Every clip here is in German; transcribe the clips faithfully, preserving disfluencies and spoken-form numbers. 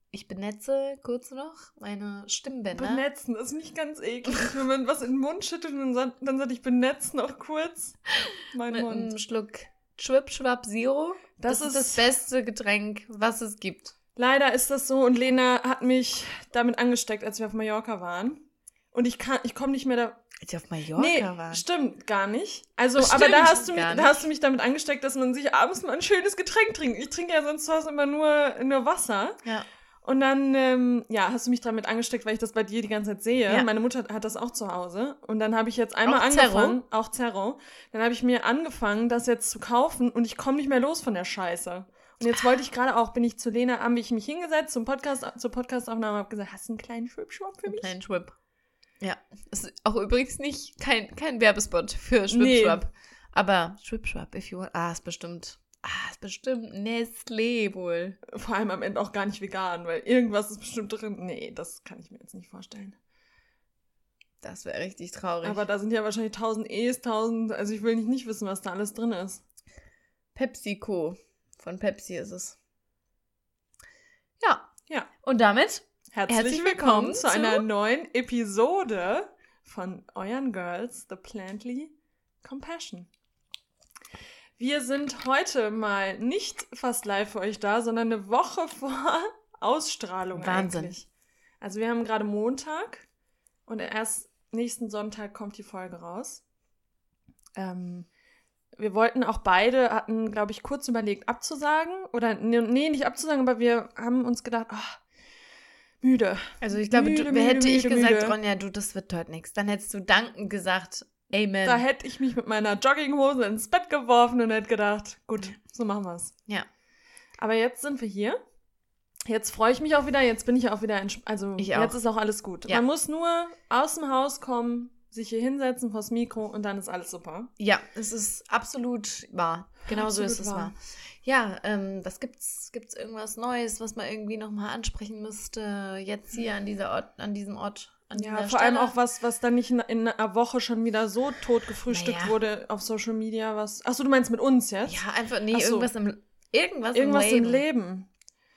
ich benetze kurz noch meine Stimmbänder. Benetzen ist nicht ganz eklig. Wenn man was in den Mund schüttet und dann, dann sagt ich benetze noch kurz meinen Mit Mund. einem Schluck Schwip-Schwapp Zero. Das, das ist das beste Getränk, was es gibt. Leider ist das so und Lena hat mich damit angesteckt, als wir auf Mallorca waren. Und ich kann, ich komme nicht mehr da... Als wir auf Mallorca nee, waren? stimmt, gar nicht. Also, Stimmt, aber da hast, du mich, gar da hast du mich damit angesteckt, dass man sich abends mal ein schönes Getränk trinkt. Ich trinke ja sonst zu Hause immer nur, nur Wasser. Ja. Und dann, ähm, ja, hast du mich damit angesteckt, weil ich das bei dir die ganze Zeit sehe. Ja. Meine Mutter hat das auch zu Hause. Und dann habe ich jetzt einmal Auch angefangen, Zerro? auch Zerro, dann habe ich mir angefangen, das jetzt zu kaufen und ich komme nicht mehr los von der Scheiße. Und jetzt wollte ich gerade auch, bin ich zu Lena, habe ich mich hingesetzt zum Podcast, zur Podcastaufnahme, habe gesagt, hast du einen kleinen Schwip-Schwapp für mich? Kleinen Schwip. Ja, das ist auch übrigens nicht kein, kein Werbespot für Nee. Schwip-Schwapp. Aber Schwip-Schwapp, if you want. Ah, ist bestimmt, ah, ist bestimmt Nestlé wohl. Vor allem am Ende auch gar nicht vegan, weil irgendwas ist bestimmt drin. Nee, das kann ich mir jetzt nicht vorstellen. Das wäre richtig traurig. Aber da sind ja wahrscheinlich tausend E's, tausend, also ich will nicht, nicht wissen, was da alles drin ist. PepsiCo. Von Pepsi ist es. Ja. Ja. Und damit Herzlich, Herzlich willkommen, willkommen zu zu einer neuen Episode von euren Girls, The Plantly Compassion. Wir sind heute mal nicht fast live für euch da, sondern eine Woche vor Ausstrahlung Wahnsinn. eigentlich. Also wir haben gerade Montag und erst nächsten Sonntag kommt die Folge raus. Ähm, wir wollten auch beide, hatten, glaube ich, kurz überlegt abzusagen. Oder, nee, nicht abzusagen, aber wir haben uns gedacht, ach, müde. Also ich glaube, Müde, du, müde, hätte ich müde, gesagt, müde. Ronja, du, das wird heute nichts. Dann hättest du dankend gesagt, Amen. Da hätte ich mich mit meiner Jogginghose ins Bett geworfen und hätte gedacht, gut, so machen wir es. Ja. Aber jetzt sind wir hier. Jetzt freue ich mich auch wieder. Jetzt bin ich auch wieder, entsp- also Ich auch. jetzt ist auch alles gut. Ja. Man muss nur aus dem Haus kommen, sich hier hinsetzen vors Mikro und dann ist alles super. Ja, es ist absolut wahr. Genau so Absolut ist es wahr. wahr. Ja, ähm, was gibt's? Gibt's irgendwas Neues, was man irgendwie nochmal ansprechen müsste? Jetzt hier an dieser Ort, an diesem Ort, an Ja, dieser vor Stelle? allem auch was, was dann nicht in, in einer Woche schon wieder so tot gefrühstückt Naja. wurde auf Social Media. Was? Achso, du meinst mit uns jetzt? Ja, einfach, nee, Ach so. irgendwas im irgendwas, Irgendwas im Leben. im Leben.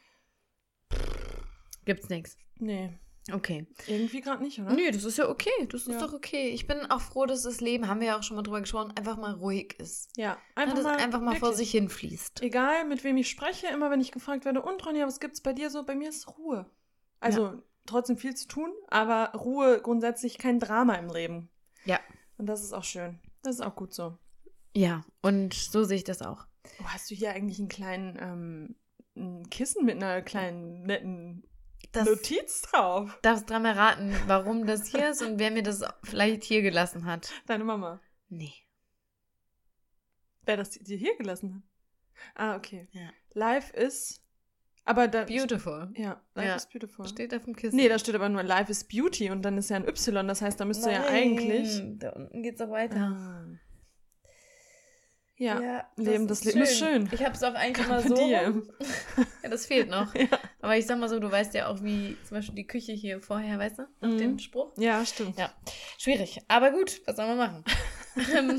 Gibt's nichts. Nee, Okay. irgendwie gerade nicht, oder? Nö, das ist ja okay. Das ist Ja. doch okay. Ich bin auch froh, dass das Leben, haben wir ja auch schon mal drüber gesprochen, einfach mal ruhig ist. Ja, Einfach einfach dass mal, es einfach mal vor wirklich. sich hin fließt. Egal, mit wem ich spreche, immer wenn ich gefragt werde, und Ronja, was gibt's bei dir so? Bei mir ist Ruhe. Also trotzdem viel zu tun, aber Ruhe grundsätzlich kein Drama im Leben. Ja. Und das ist auch schön. Das ist auch gut so. Ja, und so sehe ich das auch. Oh, hast du hier eigentlich einen kleinen ähm, ein Kissen mit einer kleinen netten Das Notiz drauf? darfst dran erraten, warum das hier ist und wer mir das vielleicht hier gelassen hat. Deine Mama. Nee. Wer das dir hier gelassen hat? Ah, okay. Ja. Life is... Aber da... Beautiful. Ja, Life Ja. is beautiful. Steht auf dem Kissen. Nee, da steht aber nur Life is Beauty und dann ist ja ein Y, das heißt, da müsste ja eigentlich... Da unten geht's auch weiter. Ah. Ja, das Leben, das Leben ist schön. Ich habe es auch eigentlich immer Carpe so. diem. rum. Ja, das fehlt noch. Ja. Aber ich sag mal so, du weißt ja auch, wie zum Beispiel die Küche hier vorher, weißt du, nach Mhm. dem Spruch. Ja, stimmt. Ja, schwierig. Aber gut, was soll man machen? Ähm,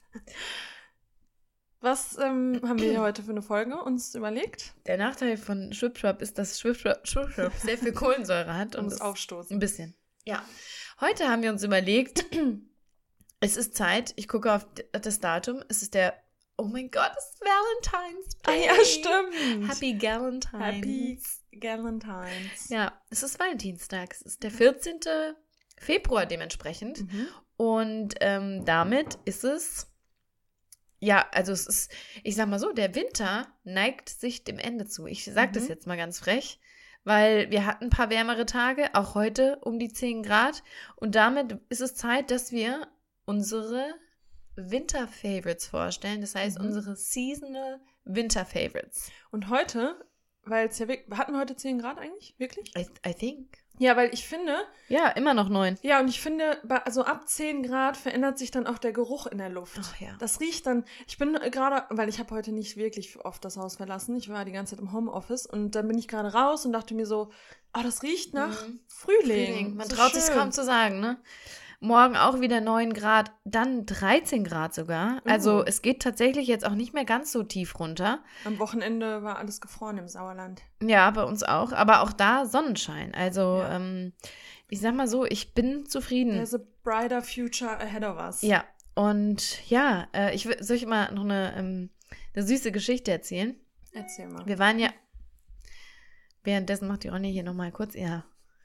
Was ähm, haben wir hier heute für eine Folge uns überlegt? Der Nachteil von Schwipschwap ist, dass Schwipschwap Schwipschwap sehr viel Kohlensäure hat. Und Und das das Aufstoßen. ein bisschen. Ja. Heute haben wir uns überlegt, es ist Zeit, ich gucke auf das Datum, es ist der, oh mein Gott, es ist Valentine's Ah Day. ja, stimmt. Happy Galentines. Happy Galentines. Ja, es ist Valentinstag. Es ist der vierzehnten Februar dementsprechend. Mhm. Und ähm, damit ist es, ja, also es ist, ich sag mal so, der Winter neigt sich dem Ende zu. Ich sag Mhm. das jetzt mal ganz frech, weil wir hatten ein paar wärmere Tage, auch heute um die zehn Grad. Und damit ist es Zeit, dass wir unsere Winter-Favorites vorstellen. Das heißt, Mhm. unsere Seasonal Winter-Favorites. Und heute, weil es ja wirklich, hatten wir heute zehn Grad eigentlich? Wirklich? I, I think. Ja, weil ich finde, Ja, immer noch neun. ja, und ich finde, bei- also ab zehn Grad verändert sich dann auch der Geruch in der Luft. Ach ja. Das riecht dann, ich bin gerade, weil ich habe heute nicht wirklich oft das Haus verlassen, ich war die ganze Zeit im Homeoffice und dann bin ich gerade raus und dachte mir so, oh, das riecht nach Mhm. Frühling. Frühling. Man So traut sich schön. kaum zu sagen, ne? Morgen auch wieder neun Grad, dann dreizehn Grad sogar. Also Uh. es geht tatsächlich jetzt auch nicht mehr ganz so tief runter. Am Wochenende war alles gefroren im Sauerland. Ja, bei uns auch. Aber auch da Sonnenschein. Also Ja. ähm, ich sag mal so, ich bin zufrieden. There's a brighter future ahead of us. Ja, und ja, äh, ich will, soll ich mal noch eine, ähm, eine süße Geschichte erzählen? Erzähl mal. Wir waren ja, währenddessen macht die Ronny hier nochmal kurz ihr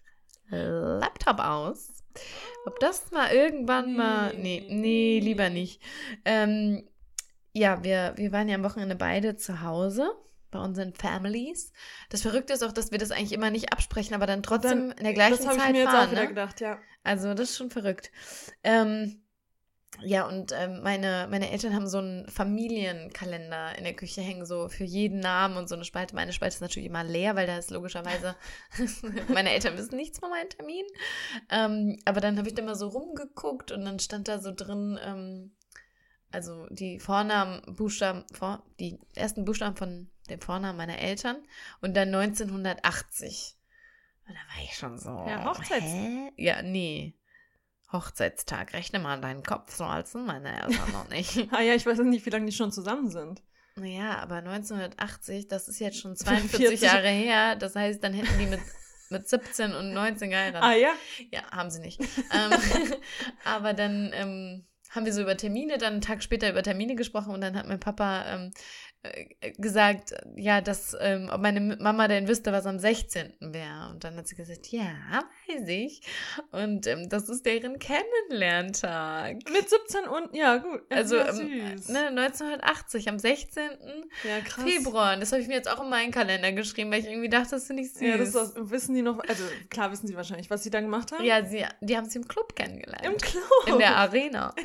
Laptop aus. Ob das mal irgendwann Nee. mal, nee, nee, lieber nicht. Ähm, ja, wir, wir waren ja am Wochenende beide zu Hause bei unseren Families. Das Verrückte ist auch, dass wir das eigentlich immer nicht absprechen, aber dann trotzdem Dann- in der gleichen Das habe Zeit ich mir jetzt fahren, auch wieder ne? gedacht, ja. Also das ist schon verrückt. Ähm, ja, und ähm, meine, meine Eltern haben so einen Familienkalender in der Küche hängen, so für jeden Namen und so eine Spalte. Meine Spalte ist natürlich immer leer, weil da ist logischerweise, meine Eltern wissen nichts von meinen Terminen. Ähm, aber dann habe ich da mal so rumgeguckt und dann stand da so drin, ähm, also die Vornamen, Buchstaben, vor, die ersten Buchstaben von dem Vornamen meiner Eltern und dann neunzehnhundertachtzig. Und da war ich schon so. Ja, Hochzeits- Hä? Ja, nee. Hochzeitstag. Rechne mal an deinen Kopf, so alt sind meine Eltern noch nicht. Ah ja, ich weiß nicht, wie lange die schon zusammen sind. Naja, aber neunzehnhundertachtzig, das ist jetzt schon zweiundvierzig vierzig Jahre her. Das heißt, dann hätten die mit, mit siebzehn und neunzehn geheiratet. Ah ja? Ja, haben sie nicht. ähm, aber dann ähm, haben wir so über Termine, dann einen Tag später über Termine gesprochen und dann hat mein Papa ähm, äh, gesagt, ja, dass ähm, ob meine Mama denn wüsste, was am sechzehnten wäre. Und dann hat sie gesagt, ja, weiß ich. Und ähm, das ist deren Kennenlerntag. Mit siebzehn und, ja gut. Ja, Also ja, ähm, süß. ne, neunzehnhundertachtzig, am sechzehnten Ja, krass. Februar. Und das habe ich mir jetzt auch in meinen Kalender geschrieben, weil ich irgendwie dachte, das finde ich süß. Ja, das ist, auch- wissen die noch, also klar wissen sie wahrscheinlich, was sie da gemacht haben. Ja, sie, die haben sie im Club kennengelernt. Im Club. In der Arena.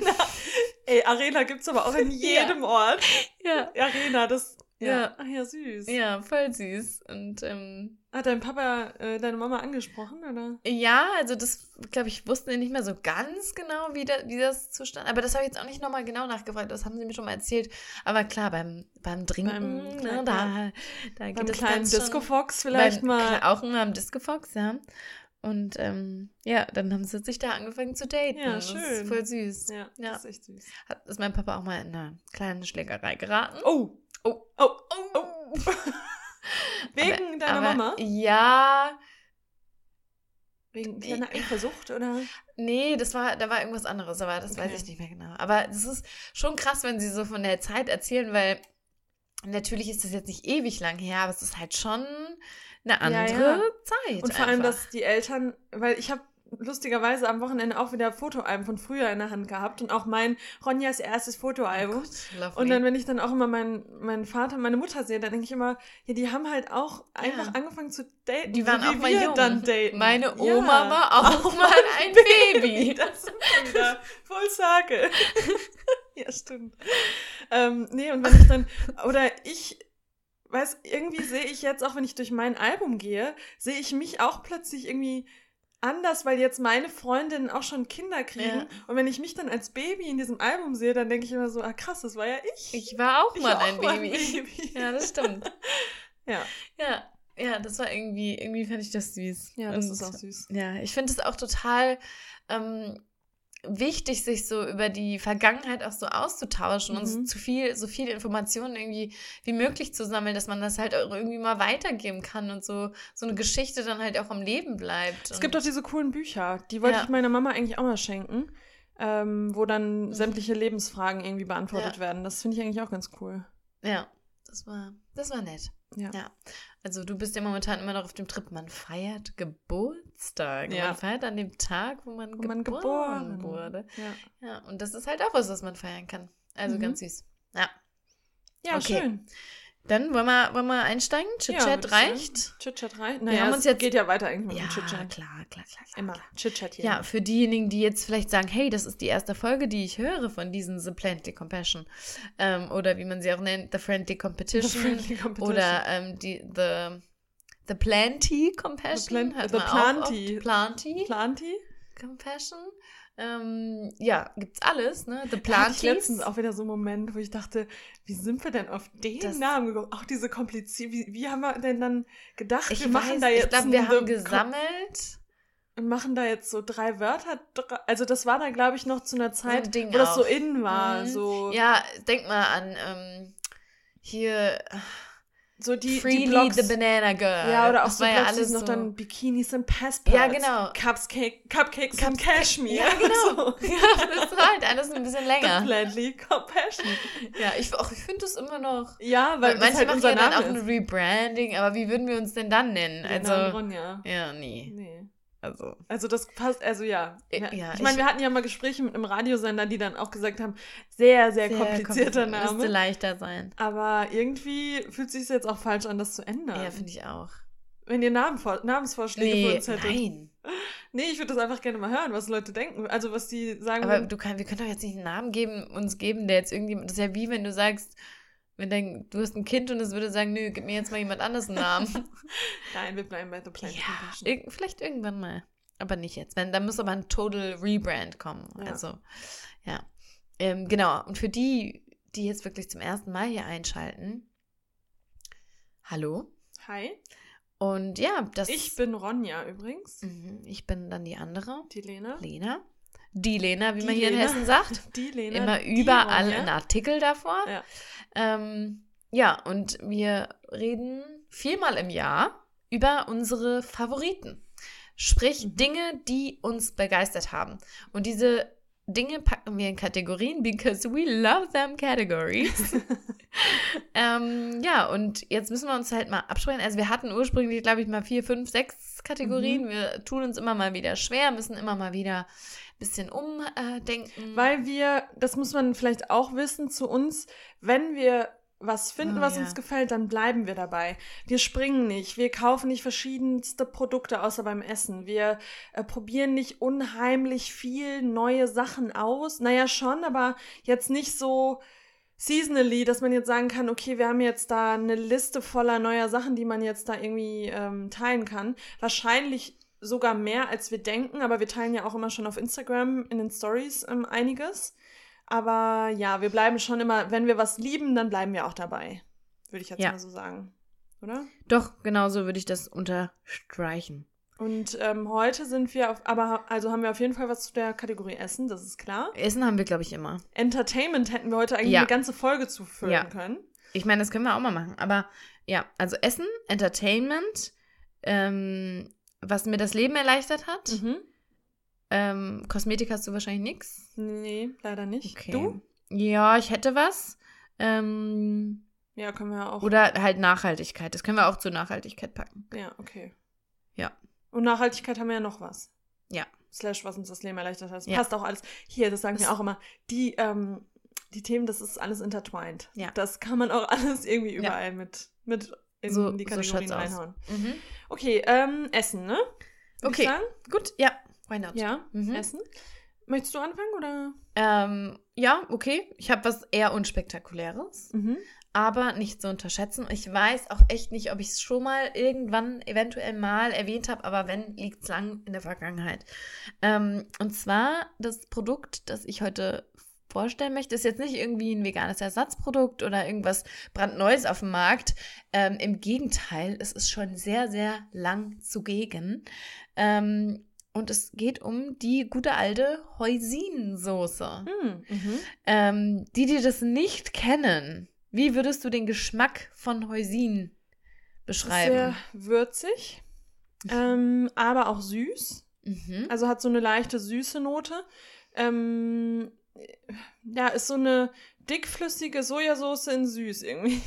Ey, Arena gibt's aber auch in jedem Ort. Ja. Arena, das, ja. Ja. Ach ja, süß. Ja, voll süß. Und ähm, Hat dein Papa äh, deine Mama angesprochen, oder? ja, also das, glaube ich, wussten wir nicht mehr so ganz genau, wie, da, wie das zustande. Aber das habe ich jetzt auch nicht nochmal genau nachgefragt. Das haben sie mir schon mal erzählt. Aber klar, beim, beim Trinken, Beim ne, kleinen- da, da geht Beim es kleinen dann schon- Disco-Fox vielleicht beim, mal. Auch immer am Disco-Fox, ja. Und ähm, ja, dann haben sie sich da angefangen zu daten. Ja, Das schön. ist voll süß. Ja, Ja. das ist echt süß. Hat, ist mein Papa auch mal in eine kleine Schlägerei geraten. Oh, Oh, oh, oh. wegen Aber- deiner aber, Mama? Ja, Wegen kleiner Eifersucht, oder? nee, das war, da war irgendwas anderes, aber das Okay. weiß ich nicht mehr genau. Aber das ist schon krass, wenn sie so von der Zeit erzählen, weil natürlich ist das jetzt nicht ewig lang her, aber es ist halt schon eine andere Ja, ja. Zeit. Und vor allem, einfach. dass die Eltern, weil ich habe lustigerweise am Wochenende auch wieder Fotoalben von früher in der Hand gehabt und auch mein Ronjas erstes Fotoalbum. Gott, lovely. Und dann, wenn ich dann auch immer meinen, meinen Vater und meine Mutter sehe, dann denke ich immer, ja, die haben halt auch einfach Ja. angefangen zu daten. Die waren so wie auch mal wir jung. dann daten. Meine Oma Ja. war auch mal ein Baby. Das ist schon wieder voll Circle. Ja, stimmt. Ähm, nee, und wenn ich dann, oder ich, weiß, irgendwie sehe ich jetzt, auch wenn ich durch mein Album gehe, sehe ich mich auch plötzlich irgendwie anders, weil jetzt meine Freundinnen auch schon Kinder kriegen. Ja. Und wenn ich mich dann als Baby in diesem Album sehe, dann denke ich immer so, ah krass, das war ja ich. Ich war auch Ich mal war ein auch mal ein Baby. Baby. Ja, das stimmt. Ja, Ja, ja, das war irgendwie, irgendwie fand ich das süß. ja, das Und, ist auch süß. Ja, ich finde es auch total ähm, wichtig, sich so über die Vergangenheit auch so auszutauschen und so Mhm. zu viel, so viele Informationen irgendwie wie möglich zu sammeln, dass man das halt auch irgendwie mal weitergeben kann und so, so eine Geschichte dann halt auch am Leben bleibt. Es gibt und, auch diese coolen Bücher, die wollte Ja. ich meiner Mama eigentlich auch mal schenken, ähm, wo dann sämtliche Lebensfragen irgendwie beantwortet Ja. werden. Das finde ich eigentlich auch ganz cool. ja, das war, das war nett. Ja. Ja. Also du bist ja momentan immer noch auf dem Trip, man feiert Geburtstag. Ja. Man feiert an dem Tag, wo man, Wo man geboren, geboren wurde. Ja, Ja, und das ist halt auch was, was man feiern kann. Also Mhm. ganz süß. Ja. ja Okay. schön. Dann wollen wir, wollen wir einsteigen? Ja, Chit-Chat würd ich sagen. reicht? Chit-Chat reicht. Wir Naja, haben es uns jetzt- geht ja weiter eigentlich mit Ja, dem klar, Chit-Chat. klar, klar, klar. Immer. klar. Chit-Chat hier. Ja, für diejenigen, die jetzt vielleicht sagen, hey, das ist die erste Folge, die ich höre von diesen The Friendly Compassion. Ähm, oder wie man sie auch nennt, The Friendly Competition. The Friendly Competition. Oder ähm, die, The, the Planty Compassion. The Plan- hört the man auch Planty. oft. Planty Planti? Compassion. Ähm, ja, gibt's alles, ne? The Da hatte ich Planties. letztens auch wieder so einen Moment, wo ich dachte, wie sind wir denn auf den Das- Namen gekommen? Auch diese kompliziert, wie, wie haben wir denn dann gedacht, Ich wir machen weiß, da jetzt ich glaube, wir ein haben The- gesammelt. und machen da jetzt so drei Wörter. Also das war da, glaube ich, noch zu einer Zeit, so ein Ding wo das auch. so innen war. Mhm. So, ja, denk mal an ähm, hier so die, Freely die Blogs, the Banana Girl. ja, oder auch das so war ja Blogs, die alles noch so. dann Bikinis und Passports. Ja, genau. Cupcake, Cupcakes und Cashmere. Ja, genau. So. Ja, das war halt alles ein bisschen länger. Completely compassion. Ja, ich, auch, ich finde das immer noch. Ja, weil Manche das halt machen unser ja dann Name auch ein ist. Rebranding, aber wie würden wir uns denn dann nennen? Den Also, Namen Ronja. ja, nee. Nee. Also, Also das passt, also ja. Äh, ja. ja, ich meine, ich- wir hatten ja mal Gespräche mit einem Radiosender, die dann auch gesagt haben, sehr, sehr, sehr komplizierter kompliziert. Name. Müsste leichter sein. Aber irgendwie fühlt es sich jetzt auch falsch an, das zu ändern. Ja, finde ich auch. Wenn ihr Namenvor- Namensvorschläge für Nee, uns hättet. nein. Nee, ich würde das einfach gerne mal hören, was Leute denken. Also was die sagen Aber würden. du kann, wir können doch jetzt nicht einen Namen geben, uns geben, der jetzt irgendjemand. Das ist ja wie wenn du sagst, wenn dein, du hast ein Kind und es würde sagen, nö, gib mir jetzt mal jemand anders einen Namen. Nein, wir bleiben bei The Planet ja, Compassion. irg- vielleicht irgendwann mal. Aber nicht jetzt. Wenn, da muss aber ein Total Rebrand kommen. Ja. Also, ja. Ähm, genau. Und für die, die jetzt wirklich zum ersten Mal hier einschalten, hallo. Hi, Und ja, das. ich bin Ronja übrigens. Mhm, ich bin dann die andere, Die Lena. Lena. Die Lena, wie Die man hier Lena. in Hessen sagt. Die Lena. Immer die überall Ronja. ein Artikel davor. Ja. Ähm, ja, und wir reden viermal im Jahr über unsere Favoriten. Sprich, Mhm. Dinge, die uns begeistert haben. Und diese Dinge packen wir in Kategorien, because we love them categories. ähm, ja, und jetzt müssen wir uns halt mal absprechen. Also wir hatten ursprünglich, glaube ich, mal vier, fünf, sechs Kategorien. Mhm. Wir tun uns immer mal wieder schwer, müssen immer mal wieder ein bisschen umdenken. Weil wir, das muss man vielleicht auch wissen, zu uns, wenn wir was finden, Oh, was ja. uns gefällt, dann bleiben wir dabei. Wir springen nicht, wir kaufen nicht verschiedenste Produkte, außer beim Essen. Wir äh, probieren nicht unheimlich viel neue Sachen aus. Naja, schon, aber jetzt nicht so seasonally, dass man jetzt sagen kann, okay, wir haben jetzt da eine Liste voller neuer Sachen, die man jetzt da irgendwie ähm, teilen kann. Wahrscheinlich sogar mehr, als wir denken, aber wir teilen ja auch immer schon auf Instagram in den Stories ähm, einiges. Aber ja, wir bleiben schon immer, wenn wir was lieben, dann bleiben wir auch dabei. Würde ich jetzt Ja. mal so sagen. Oder? Doch, genau so würde ich das unterstreichen. Und ähm, heute sind wir, auf, aber also haben wir auf jeden Fall was zu der Kategorie Essen, das ist klar. Essen haben wir, glaube ich, immer. Entertainment hätten wir heute eigentlich Ja. eine ganze Folge zufüllen Ja. können. Ich meine, das können wir auch mal machen. Aber ja, also Essen, Entertainment, ähm, was mir das Leben erleichtert hat. Mhm. Ähm, Kosmetik hast du wahrscheinlich nichts. Nee, leider nicht. Okay. Du? Ja, ich hätte was. Ähm, Ja, können wir auch. oder halt Nachhaltigkeit. Das können wir auch zur Nachhaltigkeit packen. Ja, okay. Ja. Und Nachhaltigkeit haben wir ja noch was. Ja. Slash, was uns das Leben erleichtert hat. Das Ja. passt auch alles. Hier, das sagen Das- wir auch immer. Die, ähm, die Themen, das ist alles intertwined. Ja. Das kann man auch alles irgendwie überall mit, mit in So- die so Kategorien schaut's aus. reinhauen. Mhm. Okay, ähm, Essen, ne? Würd Okay. Ich sagen? Gut, ja. Why not? Ja, Mhm. Essen. Möchtest du anfangen, oder? Ähm, ja, okay. Ich habe was eher Unspektakuläres. Mhm. Aber nicht zu unterschätzen. Ich weiß auch echt nicht, ob ich es schon mal irgendwann eventuell mal erwähnt habe, aber wenn, liegt es lang in der Vergangenheit. Ähm, und zwar das Produkt, das ich heute vorstellen möchte, ist jetzt nicht irgendwie ein veganes Ersatzprodukt oder irgendwas brandneues auf dem Markt. Ähm, im Gegenteil, es ist schon sehr, sehr lang zugegen. Ähm, und es geht um die gute alte Hoisinsoße. Mhm. Mhm. Ähm, die, die das nicht kennen, wie würdest du den Geschmack von Hoisin beschreiben? Sehr würzig, ähm, aber auch süß. Mhm. Also hat so eine leichte süße Note. Ähm, ja, ist so eine dickflüssige Sojasauce in süß irgendwie.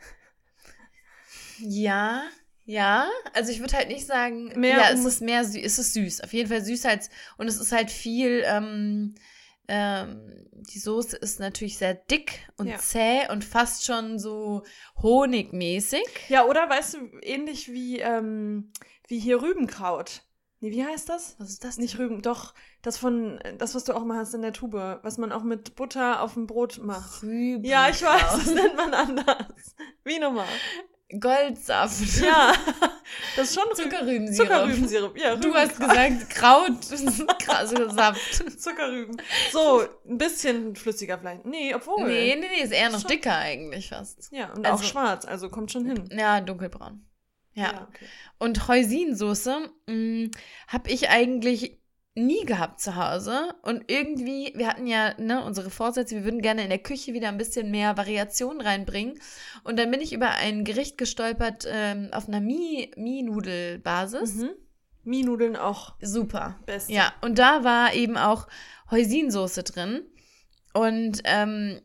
Ja, ja. Also ich würde halt nicht sagen, Mehr ja, um- es ist mehr süß, es ist süß. Auf jeden Fall süß als, und es ist halt viel, ähm, ähm, die Soße ist natürlich sehr dick und Ja. zäh und fast schon so honigmäßig. Ja, oder weißt du, ähnlich wie, ähm, wie hier Rübenkraut. Nee, wie heißt das? Was ist das Nicht Rüben, doch, das von, das, was du auch mal hast in der Tube, was man auch mit Butter auf dem Brot macht. Rübenkraut. Ja, ich weiß, das nennt man anders. Wie nochmal? Goldsaft. Ja, das ist schon Rü- Zuckerrübensirup. Zuckerrübensirup. Ja, Du hast Rübenkraut. gesagt Kraut, also Saft. Zuckerrüben. So, ein bisschen flüssiger vielleicht. Nee, obwohl. Nee, nee, nee, ist eher noch Schon- dicker eigentlich fast. Ja, und Also- auch schwarz, also kommt schon hin. Ja, dunkelbraun. Ja. Ja, okay. Und Hoisinsoße habe ich eigentlich nie gehabt zu Hause. Und irgendwie, wir hatten ja ne, unsere Vorsätze, wir würden gerne in der Küche wieder ein bisschen mehr Variation reinbringen. Und dann bin ich über ein Gericht gestolpert ähm, auf einer Mie- Mie-Nudel-Basis. Mhm. Mie-Nudeln auch Super. best. Ja, und da war eben auch Hoisinsoße drin. Und ähm,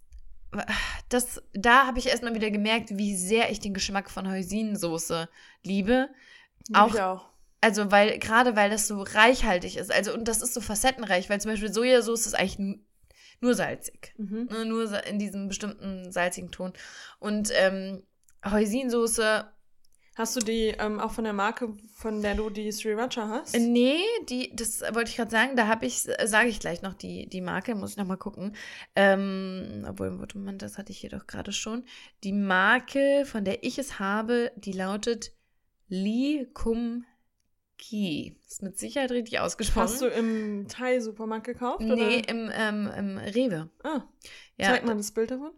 das, da habe ich erstmal wieder gemerkt, wie sehr ich den Geschmack von Hoisinsoße liebe. Lieb Auch, ich auch. also weil, gerade weil das so reichhaltig ist. Also, und das ist so facettenreich, weil zum Beispiel Sojasauce ist eigentlich n- nur salzig. Mhm. Ne, nur sa- in diesem bestimmten salzigen Ton. Und ähm, Hoisinsoße, Hast du die ähm, auch von der Marke, von der du die Sriracha hast? äh, nee, die, das wollte ich gerade sagen, da habe ich, sage ich gleich noch die, die Marke, muss ich nochmal gucken. Ähm, obwohl, warte mal, das hatte ich hier doch gerade schon. Die Marke, von der ich es habe, die lautet Lee Kum Ki. Ist mit Sicherheit richtig ausgesprochen. Hast du im Thai-Supermarkt gekauft? Nee, Oder? im, ähm, im Rewe. Ah, Ja, zeig mal das Bild davon.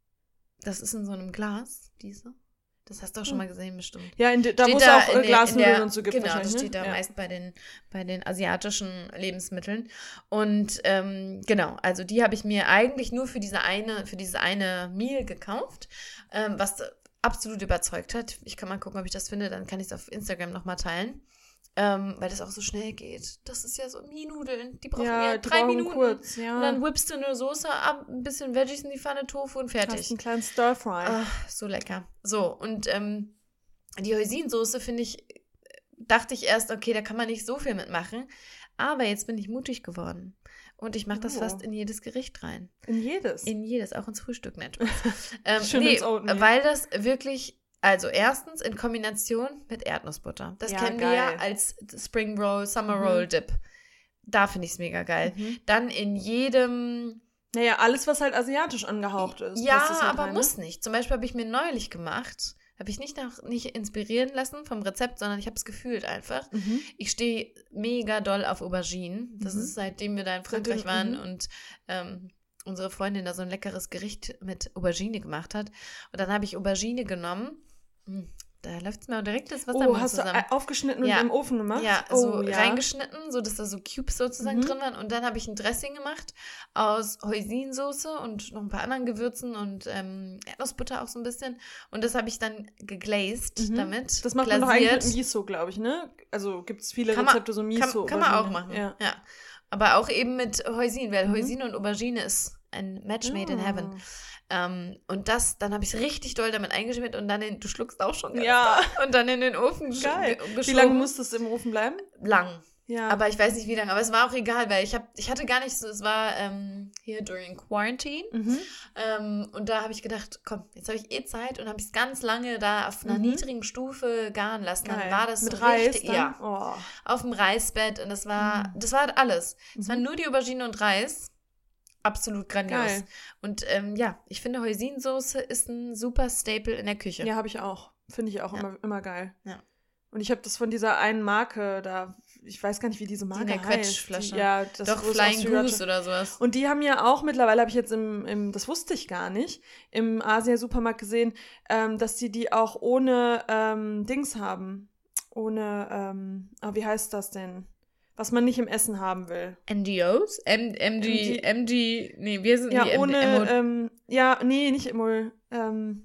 das ist in so einem Glas, diese. Das hast du auch schon mal gesehen, bestimmt. Ja, in de, da Steht wo es da auch in äh, der- Glasnudeln in der, und so gibt Genau, das wahrscheinlich, steht da ne? Ja. meist bei den, bei den asiatischen Lebensmitteln. Und ähm, genau, also die habe ich mir eigentlich nur für diese eine, für diese eine Meal gekauft, ähm, was absolut überzeugt hat. Ich kann mal gucken, ob ich das finde, dann kann ich es auf Instagram nochmal teilen. Ähm, weil das auch so schnell geht. Das ist ja so Mie-Nudeln. Die brauchen ja, Ja, die drei brauchen Minuten. kurz, ja. Und dann whippst du eine Soße ab, ein bisschen Veggies in die Pfanne, Tofu und Hast fertig. einen kleinen Stir-Fry. Ach, so lecker. So, und ähm, die Hoisinsoße, finde ich, dachte ich erst, okay, da kann man nicht so viel mitmachen. Aber jetzt bin ich mutig geworden. Und ich mache das Oh. fast in jedes Gericht rein. In jedes. In jedes, auch ins Frühstück nicht. ähm, Schön nee, ins Oatmeal. weil das wirklich, also erstens in Kombination mit Erdnussbutter. Das Ja, kennen wir ja geil. als Spring Roll, Summer Mhm. Roll Dip. Da finde ich es mega geil. Mhm. Dann in jedem Naja, alles, was halt asiatisch angehaucht ist. Ja, passt das halt aber rein, muss ne? nicht. Zum Beispiel habe ich mir neulich gemacht, habe ich nicht, nach, nicht inspirieren lassen vom Rezept, sondern ich habe es gefühlt einfach. Mhm. Ich stehe mega doll auf Auberginen. Das Mhm. ist seitdem wir da in Frankreich Seitdem- waren mhm. und ähm, unsere Freundin da so ein leckeres Gericht mit Aubergine gemacht hat. Und dann habe ich Aubergine genommen. Hm, Da läuft es mir auch direkt das Wasser im Oh, Mund hast du zusammen. äh, aufgeschnitten Ja. und im Ofen gemacht? Ja, oh, so ja. reingeschnitten, so dass da so Cubes sozusagen Mhm. drin waren. Und dann habe ich ein Dressing gemacht aus Hoisinsoße und noch ein paar anderen Gewürzen und ähm, Erdnussbutter auch so ein bisschen. Und das habe ich dann geglazed Mhm. damit. Das macht man doch eigentlich glasiert. mit Miso, glaube ich, ne? Also gibt es viele Kann man- Rezepte, so Miso. Kann, kann man auch Aubergine. machen. Ja. Ja. Aber auch eben mit Hoisin, weil Mhm. Hoisin und Aubergine ist ein Match made in Ja. heaven. Ähm, und das, dann habe ich richtig doll damit eingeschmiert und dann in, du schluckst auch schon ganz Ja. doll. Und dann in den Ofen gesch- Geil. ge- Wie geschoben. lange muss das im Ofen bleiben? Lang. Ja. Aber ich weiß nicht, wie lange. Aber es war auch egal, weil ich, hab, ich hatte gar nicht so, es war ähm, hier during Quarantine. mhm. Ähm, und da habe ich gedacht, komm, jetzt habe ich eh Zeit und habe ich es ganz lange da auf einer Mhm. niedrigen Stufe garen lassen. Dann Geil. war das mit so Reis richtig, dann? ja, Oh. auf dem Reisbett und das war, Mhm. das war alles. Es Mhm. waren nur die Aubergine und Reis. Absolut grandios. Geil. Und ähm, ja, ich finde Hoisinsoße ist ein super Staple in der Küche. Ja, habe ich auch. Finde ich auch Ja. immer, immer geil. Ja. Und ich habe das von dieser einen Marke da, ich weiß gar nicht, wie diese Marke in der heißt. Quetschflasche. Die, ja, das Doch, wo es Flying aus Sriracha- Goose oder sowas. Und die haben ja auch, mittlerweile habe ich jetzt im, im, das wusste ich gar nicht, im Asia-Supermarkt gesehen, ähm, dass die die auch ohne ähm, Dings haben. Ohne, ähm, ah, wie heißt das denn? Was man nicht im Essen haben will. N D Os? M MD, MD, nee, wir sind Ja, die ohne, M D, ähm, ja, nee, nicht Emul, ähm,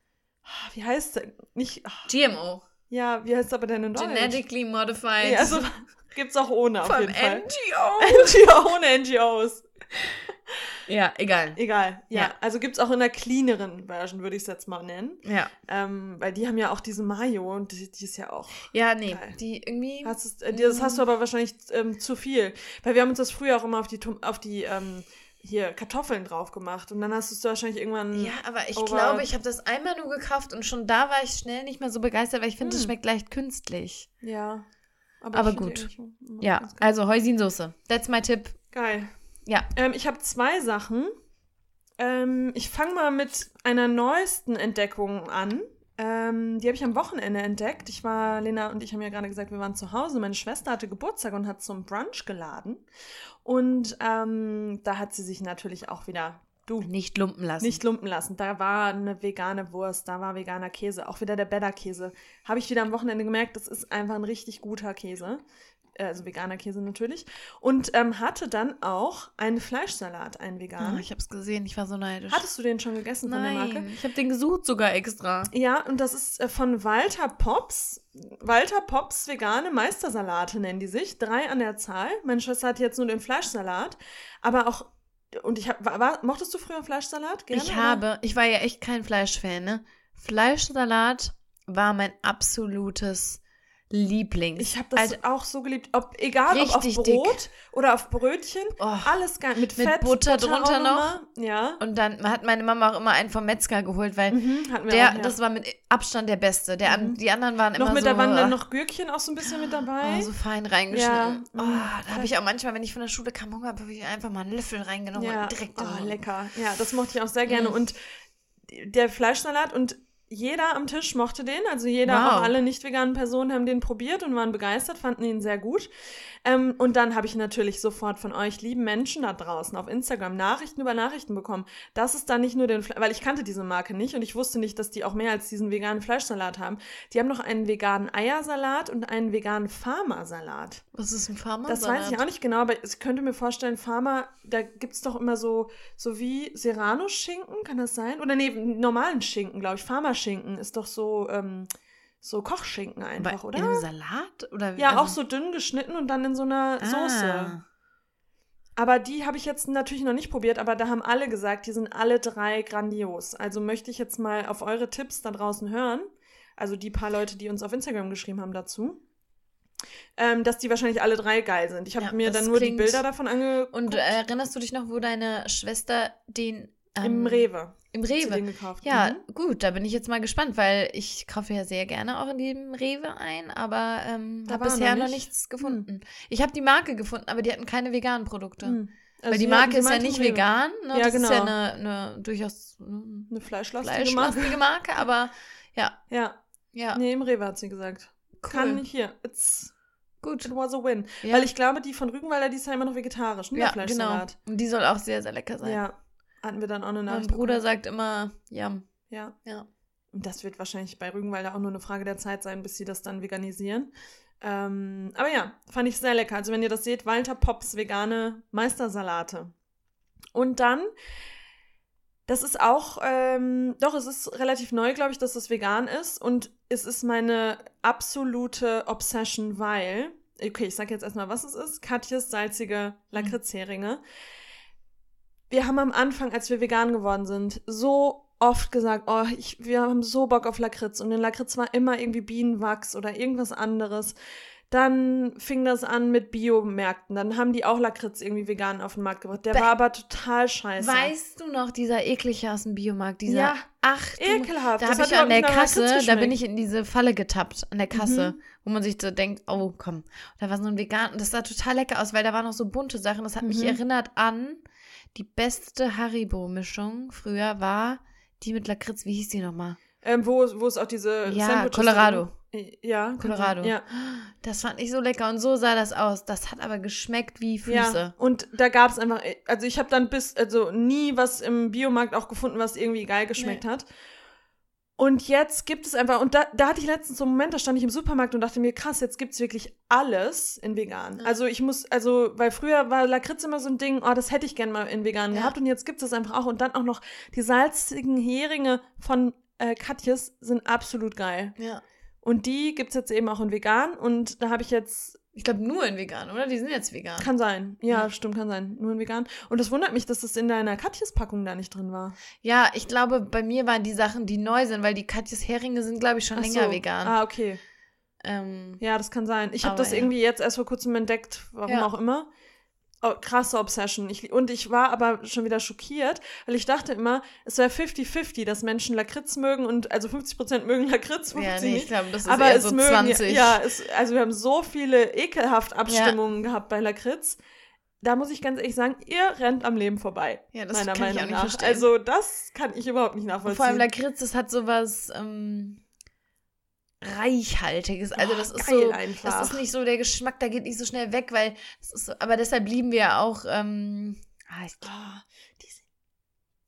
wie heißt der? Nicht, ach, G M O. ja, wie heißt aber denn in Deutsch? Genetically Modified. Ja, also gibt's auch ohne auf vom jeden Fall. N G O. N G O, ohne N G Os. Ja, egal. Egal, ja. Ja. Also gibt's auch in der cleaneren Version, würde ich es jetzt mal nennen. Ja. Ähm, weil die haben ja auch diese Mayo und die, die ist ja auch. Ja, nee, Geil. die irgendwie. Hast es, äh, das hast du aber wahrscheinlich ähm, zu viel. Weil wir haben uns das früher auch immer auf die, Tom- auf die ähm, hier Kartoffeln drauf gemacht. Und dann hast du es wahrscheinlich irgendwann. Ja, aber ich over- glaube, ich habe das einmal nur gekauft und schon da war ich schnell nicht mehr so begeistert, weil ich finde, das Hm. schmeckt leicht künstlich. Ja. Aber ich find gut. die eigentlich immer Ja, ganz geil. also Hoisinsoße. That's my Tipp. Geil. Ja. Ähm, ich habe zwei Sachen. Ähm, ich fange mal mit einer neuesten Entdeckung an. Ähm, die habe ich am Wochenende entdeckt. Ich war, Lena und ich haben ja gerade gesagt, wir waren zu Hause. Meine Schwester hatte Geburtstag und hat zum Brunch geladen. Und ähm, da hat sie sich natürlich auch wieder Du. Nicht lumpen lassen. Nicht lumpen lassen. Da war eine vegane Wurst, da war veganer Käse. Auch wieder der Bäcker-Käse. Habe ich wieder am Wochenende gemerkt, das ist einfach ein richtig guter Käse. Also veganer Käse natürlich. Und ähm, hatte dann auch einen Fleischsalat, einen veganen. Oh, ich habe es gesehen, ich war so neidisch. Hattest du den schon gegessen von Nein, der Marke? ich habe den gesucht sogar extra. Ja, und das ist äh, von Walter Pops. Walter Pops vegane Meistersalate nennen die sich. Drei an der Zahl. Meine Schwester hat jetzt nur den Fleischsalat. Aber auch, und ich habe, war, mochtest du früher Fleischsalat? Gerne, ich oder? habe, ich war ja echt kein Fleischfan, ne? Fleischsalat war mein absolutes Lieblings. Ich habe das also, auch so geliebt. Ob, egal ob auf richtig Brot dick. oder auf Brötchen. Oh, alles geil. Mit, mit Fett, Butter Butter drunter auch noch. Ja. Und dann hat meine Mama auch immer einen vom Metzger geholt, weil Mhm, hatten wir der, auch, ja. das war mit Abstand der Beste. Der, Mhm. Die anderen waren immer Noch mit so... da waren dann noch Gürkchen auch so ein bisschen mit dabei. Oh, so fein reingeschnitten. Ja. Oh, da habe ich auch manchmal, wenn ich von der Schule kam, Hunger, habe ich einfach mal einen Löffel reingenommen Ja. und direkt in den Oh, Mund. lecker. Ja, das mochte ich auch sehr gerne. Mm. Und der Fleischsalat und jeder am Tisch mochte den. Also jeder, Wow. auch alle nicht veganen Personen haben den probiert und waren begeistert, fanden ihn sehr gut. Ähm, und dann habe ich natürlich sofort von euch lieben Menschen da draußen auf Instagram Nachrichten über Nachrichten bekommen, dass es da nicht nur den, Fle- weil ich kannte diese Marke nicht und ich wusste nicht, dass die auch mehr als diesen veganen Fleischsalat haben. Die haben noch einen veganen Eiersalat und einen veganen Farmersalat. Was ist ein Farmer? Das weiß ich auch nicht genau, aber ich könnte mir vorstellen, Farmer, da gibt es doch immer so, so wie Serrano-Schinken, kann das sein? Oder nee, normalen Schinken, glaube ich. Farmerschinken ist doch so, ähm, so Kochschinken einfach, Aber oder? in einem Salat? Oder Ja, also, auch so dünn geschnitten und dann in so einer ah. Soße. Aber die habe ich jetzt natürlich noch nicht probiert, aber da haben alle gesagt, die sind alle drei grandios. Also möchte ich jetzt mal auf eure Tipps da draußen hören, also die paar Leute, die uns auf Instagram geschrieben haben dazu, ähm, dass die wahrscheinlich alle drei geil sind. Ich habe Ja, mir das dann nur klingt- die Bilder davon angeguckt. Und äh, erinnerst du dich noch, wo deine Schwester den... Ähm, Im Rewe. Im Hat sie Rewe. den gekauft. Ja, Mhm. gut, da bin ich jetzt mal gespannt, weil ich kaufe ja sehr gerne auch in dem Rewe ein, aber ähm, Da habe war bisher noch noch nicht. nichts gefunden. Ich habe die Marke gefunden, aber die hatten keine veganen Produkte. Mhm. Weil Also die sie Marke hatten- sie ist ja meinte nicht im Rewe. vegan, ne? Ja, das genau. ist ja eine, eine durchaus mm, Eine fleischlastige Marke. fleischlastige Marke, aber ja, Ja, ja, nee, im Rewe hat sie gesagt. cool. Kann nicht hier. It's, Gut. it was a win. Ja. Weil ich glaube, die von Rügenwalder, die ist ja immer noch vegetarisch, ne? Ja, der genau. Fleischsalat. Und die soll auch sehr, sehr lecker sein. Ja, hatten wir dann auch eine Mein Nachricht Bruder bekommen. sagt immer, ja, Ja. ja. Und das wird wahrscheinlich bei Rügenwalder auch nur eine Frage der Zeit sein, bis sie das dann veganisieren. Ähm, aber ja, fand ich sehr lecker. Also wenn ihr das seht, Walter Pops vegane Meistersalate. Und dann, das ist auch, ähm, doch, es ist relativ neu, glaube ich, dass das vegan ist. Und es ist meine absolute Obsession, weil, okay, ich sage jetzt erstmal, was es ist. Katjes salzige Lakritzheringe. Wir haben am Anfang, als wir vegan geworden sind, so oft gesagt, oh, ich, wir haben so Bock auf Lakritz. Und in Lakritz war immer irgendwie Bienenwachs oder irgendwas anderes. Dann fing das an mit Biomärkten. Dann haben die auch Lakritz irgendwie vegan auf den Markt gebracht. Der Be- war aber total scheiße. Weißt du noch, dieser eklige aus dem Biomarkt, dieser, Ja, ach, du, ekelhaft. da Das habe hat ich an überhaupt der nicht nach Lakritz Kasse, da geschmeckt. bin ich in diese Falle getappt, an der Kasse, Mhm. wo man sich so denkt, oh, komm. Da war so ein vegan, und das sah total lecker aus, weil da waren noch so bunte Sachen. Das hat mich Mhm. erinnert an die beste Haribo-Mischung früher war die mit Lakritz, wie hieß die nochmal? Ähm, wo, wo es auch diese Ja, Sandwiches Colorado. drin- Ja, Colorado. Ja. Das fand ich so lecker und so sah das aus. Das hat aber geschmeckt wie Füße. Ja, und da gab es einfach, also ich habe dann bis, also nie was im Biomarkt auch gefunden, was irgendwie geil geschmeckt Nee. hat. Und jetzt gibt es einfach, und da, da hatte ich letztens so einen Moment, da stand ich im Supermarkt und dachte mir, krass, jetzt gibt es wirklich alles in vegan. Ja. Also ich muss, also, weil früher war Lakritz immer so ein Ding, oh, das hätte ich gern mal in vegan Ja. gehabt und jetzt gibt es das einfach auch. Und dann auch noch die salzigen Heringe von äh, Katjes sind absolut geil. Ja. Und die gibt es jetzt eben auch in vegan und da habe ich jetzt Ich glaube nur in vegan, oder? Die sind jetzt vegan. Kann sein. Ja, Ja. stimmt, kann sein. Nur in vegan. Und das wundert mich, dass das in deiner Katjes-Packung da nicht drin war. Ja, ich glaube, bei mir waren die Sachen, die neu sind, weil die Katjes Heringe sind, glaube ich, schon Ach länger so. vegan. Ah, okay. Ähm, Ja, das kann sein. Ich habe Aber das ja. irgendwie jetzt erst vor kurzem entdeckt, warum Ja. auch immer. Oh, krasse Obsession. Ich, und ich war aber schon wieder schockiert, weil ich dachte immer, es wäre fifty fifty, dass Menschen Lakritz mögen und also fünfzig Prozent mögen Lakritz, ja, fünfzig nee, nicht. ich glaube, das ist Aber eher es so mögen, zwanzig. ja, es, also wir haben so viele ekelhaft Abstimmungen gehabt bei Lakritz. Da muss ich ganz ehrlich sagen, ihr rennt am Leben vorbei. Ja, das meiner kann ich Meinung auch nicht nach. verstehen. Also das kann ich überhaupt nicht Und nachvollziehen. vor allem Lakritz, das hat sowas ähm, Reichhaltiges. Also Oh, das ist geil so, einfach. das ist nicht so, der Geschmack, da geht nicht so schnell weg, weil das ist so, aber deshalb lieben wir ja auch, ähm, ah, ich, Oh, die sind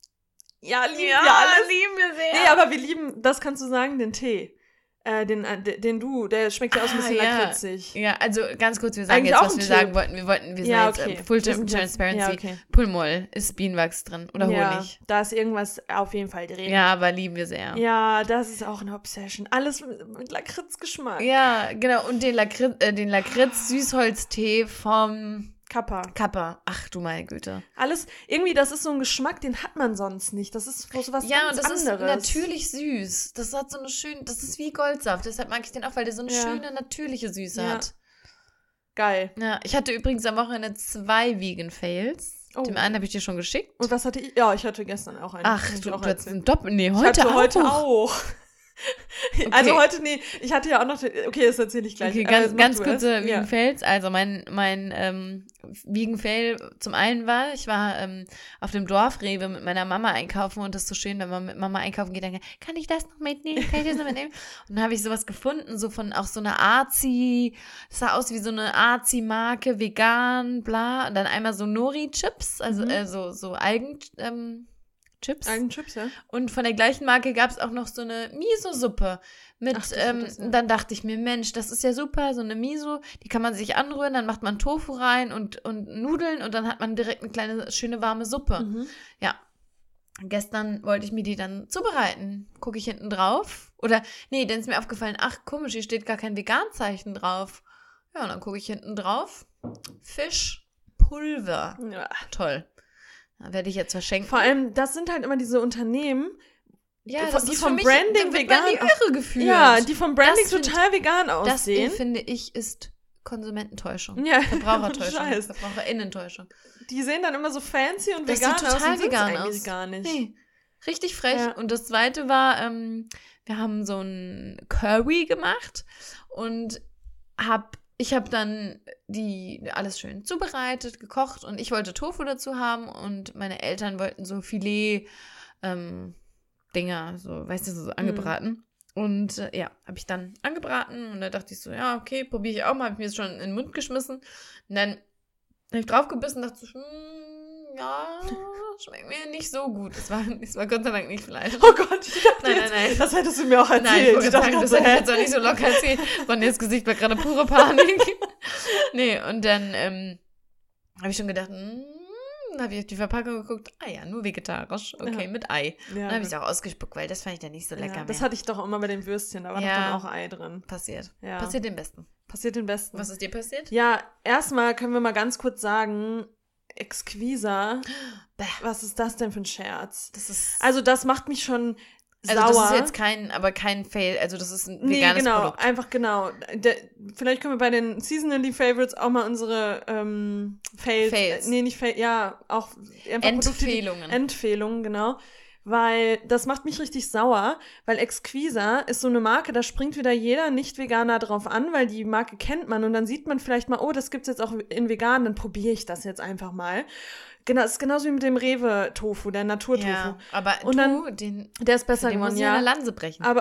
Ja, lieben Ja, wir alles. lieben wir sehr. Nee, aber wir lieben, das kannst du sagen, den Tee. Äh, den, äh, den du, der schmeckt ja auch so ein bisschen Ah, ja. lakritzig. Ja, also ganz kurz, wir sagen Eigentlich jetzt, auch was ein wir Tipp. sagen wollten. Wir wollten, wir sind Ja, jetzt okay. äh, Full Wir sind jetzt- Transparency. ja, okay. Pulmol ist Bienenwachs drin oder Ja, Honig. da ist irgendwas auf jeden Fall drin. Ja, aber lieben wir sehr. Ja, das ist auch eine Obsession. Alles mit, mit Lakritzgeschmack. Ja, genau. Und den Lakritz, äh, den Lakritz-Süßholztee vom Kappa. Kappa. Ach du meine Güte. Alles, irgendwie, das ist so ein Geschmack, den hat man sonst nicht. Das ist so was Ja, ganz und das anderes. ist natürlich süß. Das hat so eine schöne, das ist wie Goldsaft. Deshalb mag ich den auch, weil der so eine Ja. schöne, natürliche Süße Ja. hat. Geil. Ja, ich hatte übrigens am Wochenende zwei Vegan-Fails. Oh. Dem einen habe ich dir schon geschickt. Und was hatte ich? Ja, ich hatte gestern auch einen. Ach, Kann ich du, auch du hast erzählen. einen Doppel. Nee, Ich heute hatte auch. heute auch. Also Okay. heute, nee, ich hatte ja auch noch, okay, das erzähle ich gleich. Okay, Aber ganz, mach ganz du kurze erst. Vegan Ja. Fails. Also mein, mein ähm, Vegan Fail zum einen war, ich war ähm, auf dem Dorfrewe mit meiner Mama einkaufen und das ist so schön, wenn man mit Mama einkaufen geht, dann kann ich das noch mitnehmen, kann ich das noch mitnehmen? Und dann habe ich sowas gefunden, so von auch so einer Arzi, das sah aus wie so eine Arzi-Marke, vegan, bla, und dann einmal so Nori-Chips, also Mhm. äh, so, so Algen, ähm, Chips. Algenchips, ja. Und von der gleichen Marke gab es auch noch so eine Miso-Suppe. Mit, Ach, das ähm, wird das, ja. dann dachte ich mir, Mensch, das ist ja super, so eine Miso, die kann man sich anrühren, dann macht man Tofu rein und, und Nudeln und dann hat man direkt eine kleine, schöne warme Suppe. Mhm. Ja. Gestern wollte ich mir die dann zubereiten. Gucke ich hinten drauf. Oder, nee, dann ist mir aufgefallen, ach, komisch, hier steht gar kein Vegan-Zeichen drauf. Ja, und dann gucke ich hinten drauf. Fischpulver. Ja. Toll. Da werde ich jetzt verschenken. Vor allem, das sind halt immer diese Unternehmen, Ja, die das vom- die ist vom für mich, Branding da wird man in die vegan- Irre geführt. ja, die vom Branding Das find- total vegan das aussehen. finde ich ist Konsumententäuschung. Ja, Verbrauchertäuschung. Scheiß. Verbraucherinnentäuschung. Die sehen dann immer so fancy und Das vegan sieht aus total und sind's vegan eigentlich aus. gar nicht. Nee, richtig frech. Ja. Und das zweite war, ähm, wir haben so ein Curry gemacht und hab, ich habe dann die alles schön zubereitet, gekocht und ich wollte Tofu dazu haben und meine Eltern wollten so Filet ähm, Dinger, so, weißt du, so angebraten. Und äh, ja, habe ich dann angebraten und da dachte ich so, ja, okay, probiere ich auch mal, habe ich mir das schon in den Mund geschmissen. Und dann habe ich draufgebissen und dachte so, hm, ja, schmeckt mir nicht so gut. Es war, es war Gott sei Dank nicht Fleisch. Oh Gott, ich dachte Nein, jetzt, nein, nein. das hättest du mir auch erzählt. Nein, ich wollte Ich dachte sagen, das so, hätte ich hä? jetzt auch nicht so locker erzählt. Sonjas Gesicht war gerade pure Panik. Nee, und dann ähm, habe ich schon gedacht, hm, dann habe ich auf die Verpackung geguckt, ah ja, nur vegetarisch, okay, Ja. mit Ei. Ja, Dann habe ich es auch ausgespuckt, weil das fand ich dann nicht so lecker ja, mehr. das hatte ich doch immer bei den Würstchen, da war doch Ja. dann auch Ei drin. passiert. Ja. Passiert dem Besten. Passiert den Besten. Was ist dir passiert? Ja, erstmal können wir mal ganz kurz sagen, Exquisa, Bäh. was ist das denn für ein Scherz? Das ist, Also das macht mich schon also sauer. das ist jetzt kein, aber kein Fail, also das ist ein Nee, veganes genau, Produkt. einfach genau. Der, vielleicht können wir bei den Seasonally Favorites auch mal unsere ähm, Fails, Fails. Äh, nee, nicht Fails, ja, auch einfach Produkte, die- Empfehlungen. Empfehlungen, genau. Weil das macht mich richtig sauer, weil Exquisa ist so eine Marke, da springt wieder jeder Nicht-Veganer drauf an, weil die Marke kennt man und dann sieht man vielleicht mal, oh, das gibt's jetzt auch in vegan, dann probiere ich das jetzt einfach mal. Genau, es ist genauso wie mit dem Rewe-Tofu, der Naturtofu. Ja, aber Und du, dann- den, Der ist besser den muss geworden, ich ja. eine Lanze brechen. Aber,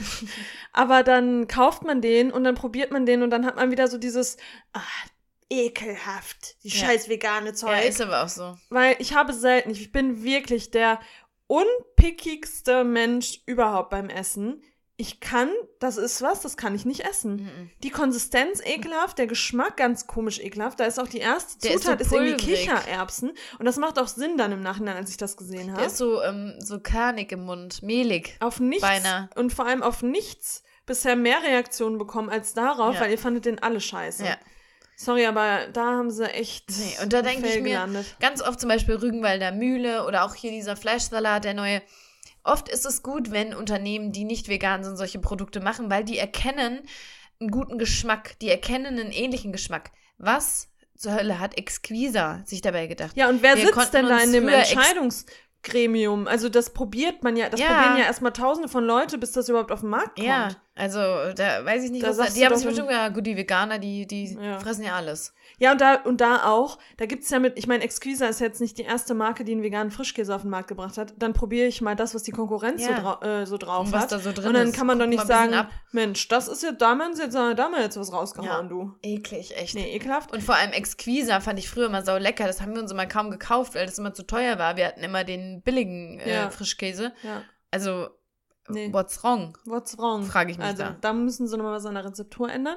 aber dann kauft man den und dann probiert man den und dann hat man wieder so dieses ah, ekelhaft, die Ja. scheiß vegane Zeug. ja, ist aber auch so. Weil ich habe selten, ich bin wirklich der unpickigste Mensch überhaupt beim Essen. Ich kann, das ist was, das kann ich nicht essen. Mhm. Die Konsistenz ekelhaft, der Geschmack ganz komisch ekelhaft. Da ist auch die erste Der ist so Zutat ist irgendwie pulverig. Kichererbsen. Und das macht auch Sinn dann im Nachhinein, als ich das gesehen habe. Der ist so, ähm, so kernig im Mund, mehlig. Auf nichts Beinahe. und vor allem auf nichts bisher mehr Reaktionen bekommen als darauf, Ja. weil ihr fandet den alle scheiße. Ja. Sorry, aber da haben sie echt Nee, und da denke ich Fail mir, gelandet. ganz oft zum Beispiel Rügenwalder Mühle oder auch hier dieser Fleischsalat, der neue. Oft ist es gut, wenn Unternehmen, die nicht vegan sind, solche Produkte machen, weil die erkennen einen guten Geschmack, die erkennen einen ähnlichen Geschmack. Was zur Hölle hat Exquisa sich dabei gedacht? Ja, und wer Wir sitzt konnten denn da uns in dem früher ex- Entscheidungsgremium? Also das probiert man ja, das Ja. probieren ja erstmal tausende von Leute, bis das überhaupt auf den Markt kommt. Ja, Also, da weiß ich nicht, Da was da, sagst die du haben doch sich dann- bestimmt, ja gut, die Veganer, die, die Ja. fressen ja alles. Ja, und da, und da auch, da gibt's ja mit, ich meine, Exquisa ist jetzt nicht die erste Marke, die einen veganen Frischkäse auf den Markt gebracht hat. Dann probiere ich mal das, was die Konkurrenz Ja. so, drau äh, so drauf Und was hat. da so drin und dann ist. kann man doch Guck nicht mal ein bisschen sagen, ab. Mensch, das ist ja, da haben sie jetzt, da haben wir jetzt was rausgehauen, Ja. du. Eklig, echt. Nee, ekelhaft. Und vor allem Exquisa fand ich früher immer sau lecker. Das haben wir uns immer kaum gekauft, weil das immer zu teuer war. Wir hatten immer den billigen äh, Ja. Frischkäse. Ja. Also, Nee. what's wrong? What's wrong? Frage ich mich Also, da. da müssen sie nochmal was an der Rezeptur ändern.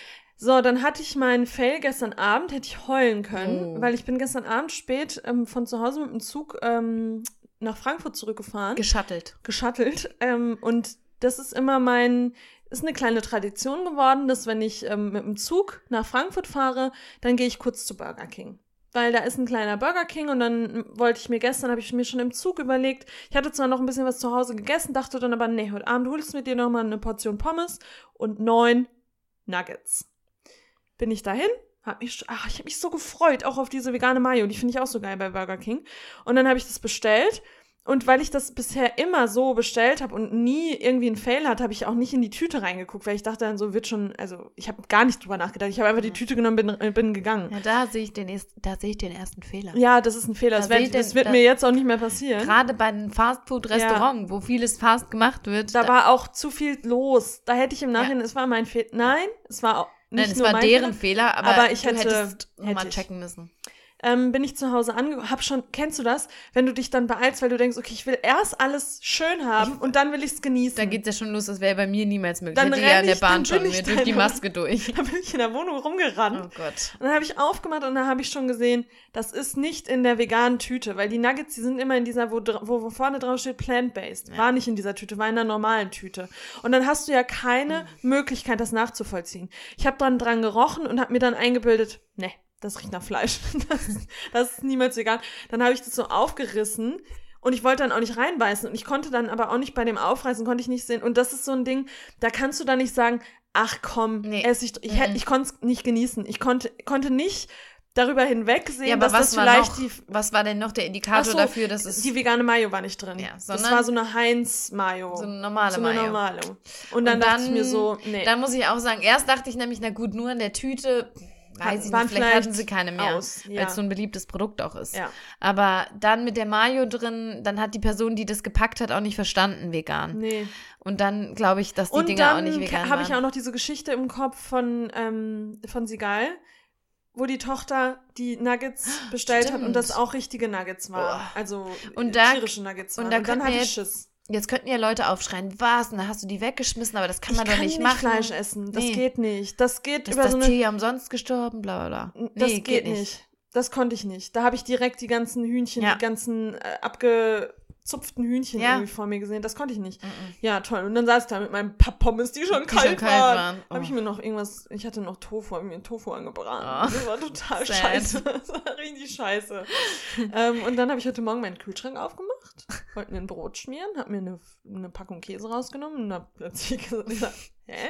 So, dann hatte ich meinen Fail gestern Abend, hätte ich heulen können, Oh. weil ich bin gestern Abend spät ähm, von zu Hause mit dem Zug ähm, nach Frankfurt zurückgefahren, Geschattelt. geschattelt. Ähm, und das ist immer mein, ist eine kleine Tradition geworden, dass wenn ich ähm, mit dem Zug nach Frankfurt fahre, dann gehe ich kurz zu Burger King. Weil da ist ein kleiner Burger King und dann wollte ich mir gestern, habe ich mir schon im Zug überlegt, ich hatte zwar noch ein bisschen was zu Hause gegessen, dachte dann aber, nee, heute Abend holst du mit dir nochmal eine Portion Pommes und neun Nuggets. Bin ich dahin, hab mich, ach, ich habe mich so gefreut, auch auf diese vegane Mayo, die finde ich auch so geil bei Burger King. Und dann habe ich das bestellt. Und weil ich das bisher immer so bestellt habe und nie irgendwie einen Fail hatte, habe ich auch nicht in die Tüte reingeguckt, weil ich dachte dann so, wird schon, also ich habe gar nicht drüber nachgedacht. Ich habe einfach die Tüte genommen, bin, bin gegangen. Ja, da sehe ich den erst, da sehe ich den ersten Fehler. Ja, das ist ein Fehler. Das Da sehe wird, ich den- das wird da- mir jetzt auch nicht mehr passieren. Gerade bei einem Fastfood-Restaurant, wo vieles fast gemacht wird. Da war auch zu viel los. Da hätte ich im Nachhinein, es war mein Fehler. Nein, es war auch nicht Nein, es nur war mein deren Fehler. Fehler, aber, aber ich du hätte- hättest nochmal hätte ich. checken müssen. Ähm, bin ich zu Hause ange... Hab schon... Kennst du das? Wenn du dich dann beeilst, weil du denkst, okay, ich will erst alles schön haben Ich- und dann will ich es genießen. Da geht es ja schon los, das wäre bei mir niemals möglich. Dann ich hätte ja renn in der ich- dann Bahn bin schon ich mir dann- durch die Maske durch. Da bin ich in der Wohnung rumgerannt. Oh Gott. Und dann habe ich aufgemacht und dann habe ich schon gesehen, das ist nicht in der veganen Tüte, weil die Nuggets, die sind immer in dieser, wo, dra- wo, wo vorne drauf steht plant-based. Ja. War nicht in dieser Tüte, war in einer normalen Tüte. Und dann hast du ja keine Möglichkeit, das nachzuvollziehen. Ich habe dann dran gerochen und habe mir dann eingebildet, ne, das riecht nach Fleisch. Das, das ist niemals vegan. Dann habe ich das so aufgerissen und ich wollte dann auch nicht reinbeißen und ich konnte dann aber auch nicht bei dem Aufreißen, konnte ich nicht sehen. Und das ist so ein Ding, da kannst du dann nicht sagen, ach komm, Nee. ess ich, ich, hätt- Mhm. ich konnte es nicht genießen. Ich konnte, konnte nicht darüber hinwegsehen, Ja, aber dass was das war vielleicht noch? die, Was war denn noch der Indikator Ach so, dafür, dass es die vegane Mayo war nicht drin. Ja, das sondern- war so eine Heinz-Mayo. so eine normale So eine Mayo. normale. Und dann, Und dachte ich dann- mir so, nee, Da muss ich auch sagen, erst dachte ich nämlich, na gut, nur in der Tüte, weiß ich waren nicht, vielleicht vielleicht hatten sie keine mehr, aus, ja. weil es so ein beliebtes Produkt auch ist. ja, Aber dann mit der Mayo drin, dann hat die Person, die das gepackt hat, auch nicht verstanden, vegan. nee. Und dann glaube ich, dass die Und Dinger auch dann nicht vegan habe ich waren. auch noch diese Geschichte im Kopf von, ähm, von Sigal, wo die Tochter die Nuggets bestellt hat Stimmt. und das auch richtige Nuggets waren. Boah. Also Und äh, da- tierische Nuggets und waren. da Und dann könnten hatte wir ich Schiss. Jetzt könnten ja Leute aufschreien, was? Und dann hast du die weggeschmissen, aber das kann Ich man kann doch nicht nicht machen. Fleisch essen. Das Nee. geht nicht. Das geht Ist über das so eine... Tier ja umsonst gestorben, bla bla bla. Das Nee, geht, nicht. Das konnte ich nicht. Da habe ich direkt die ganzen Hühnchen, Ja. die ganzen äh, abgezupften Hühnchen Ja. irgendwie vor mir gesehen. Das konnte ich nicht. Mhm. Ja, toll. Und dann saß ich da mit meinem Papppommes, die schon Die kalt, schon kalt waren. waren. Habe Oh. ich mir noch irgendwas, ich hatte noch Tofu, habe mir einen Tofu angebraten. Oh. Das war total Sad. scheiße. Das war richtig scheiße. ähm, und dann habe ich heute Morgen meinen Kühlschrank aufgemacht, wollte mir ein Brot schmieren, habe mir eine, eine Packung Käse rausgenommen und habe plötzlich gesagt, hä?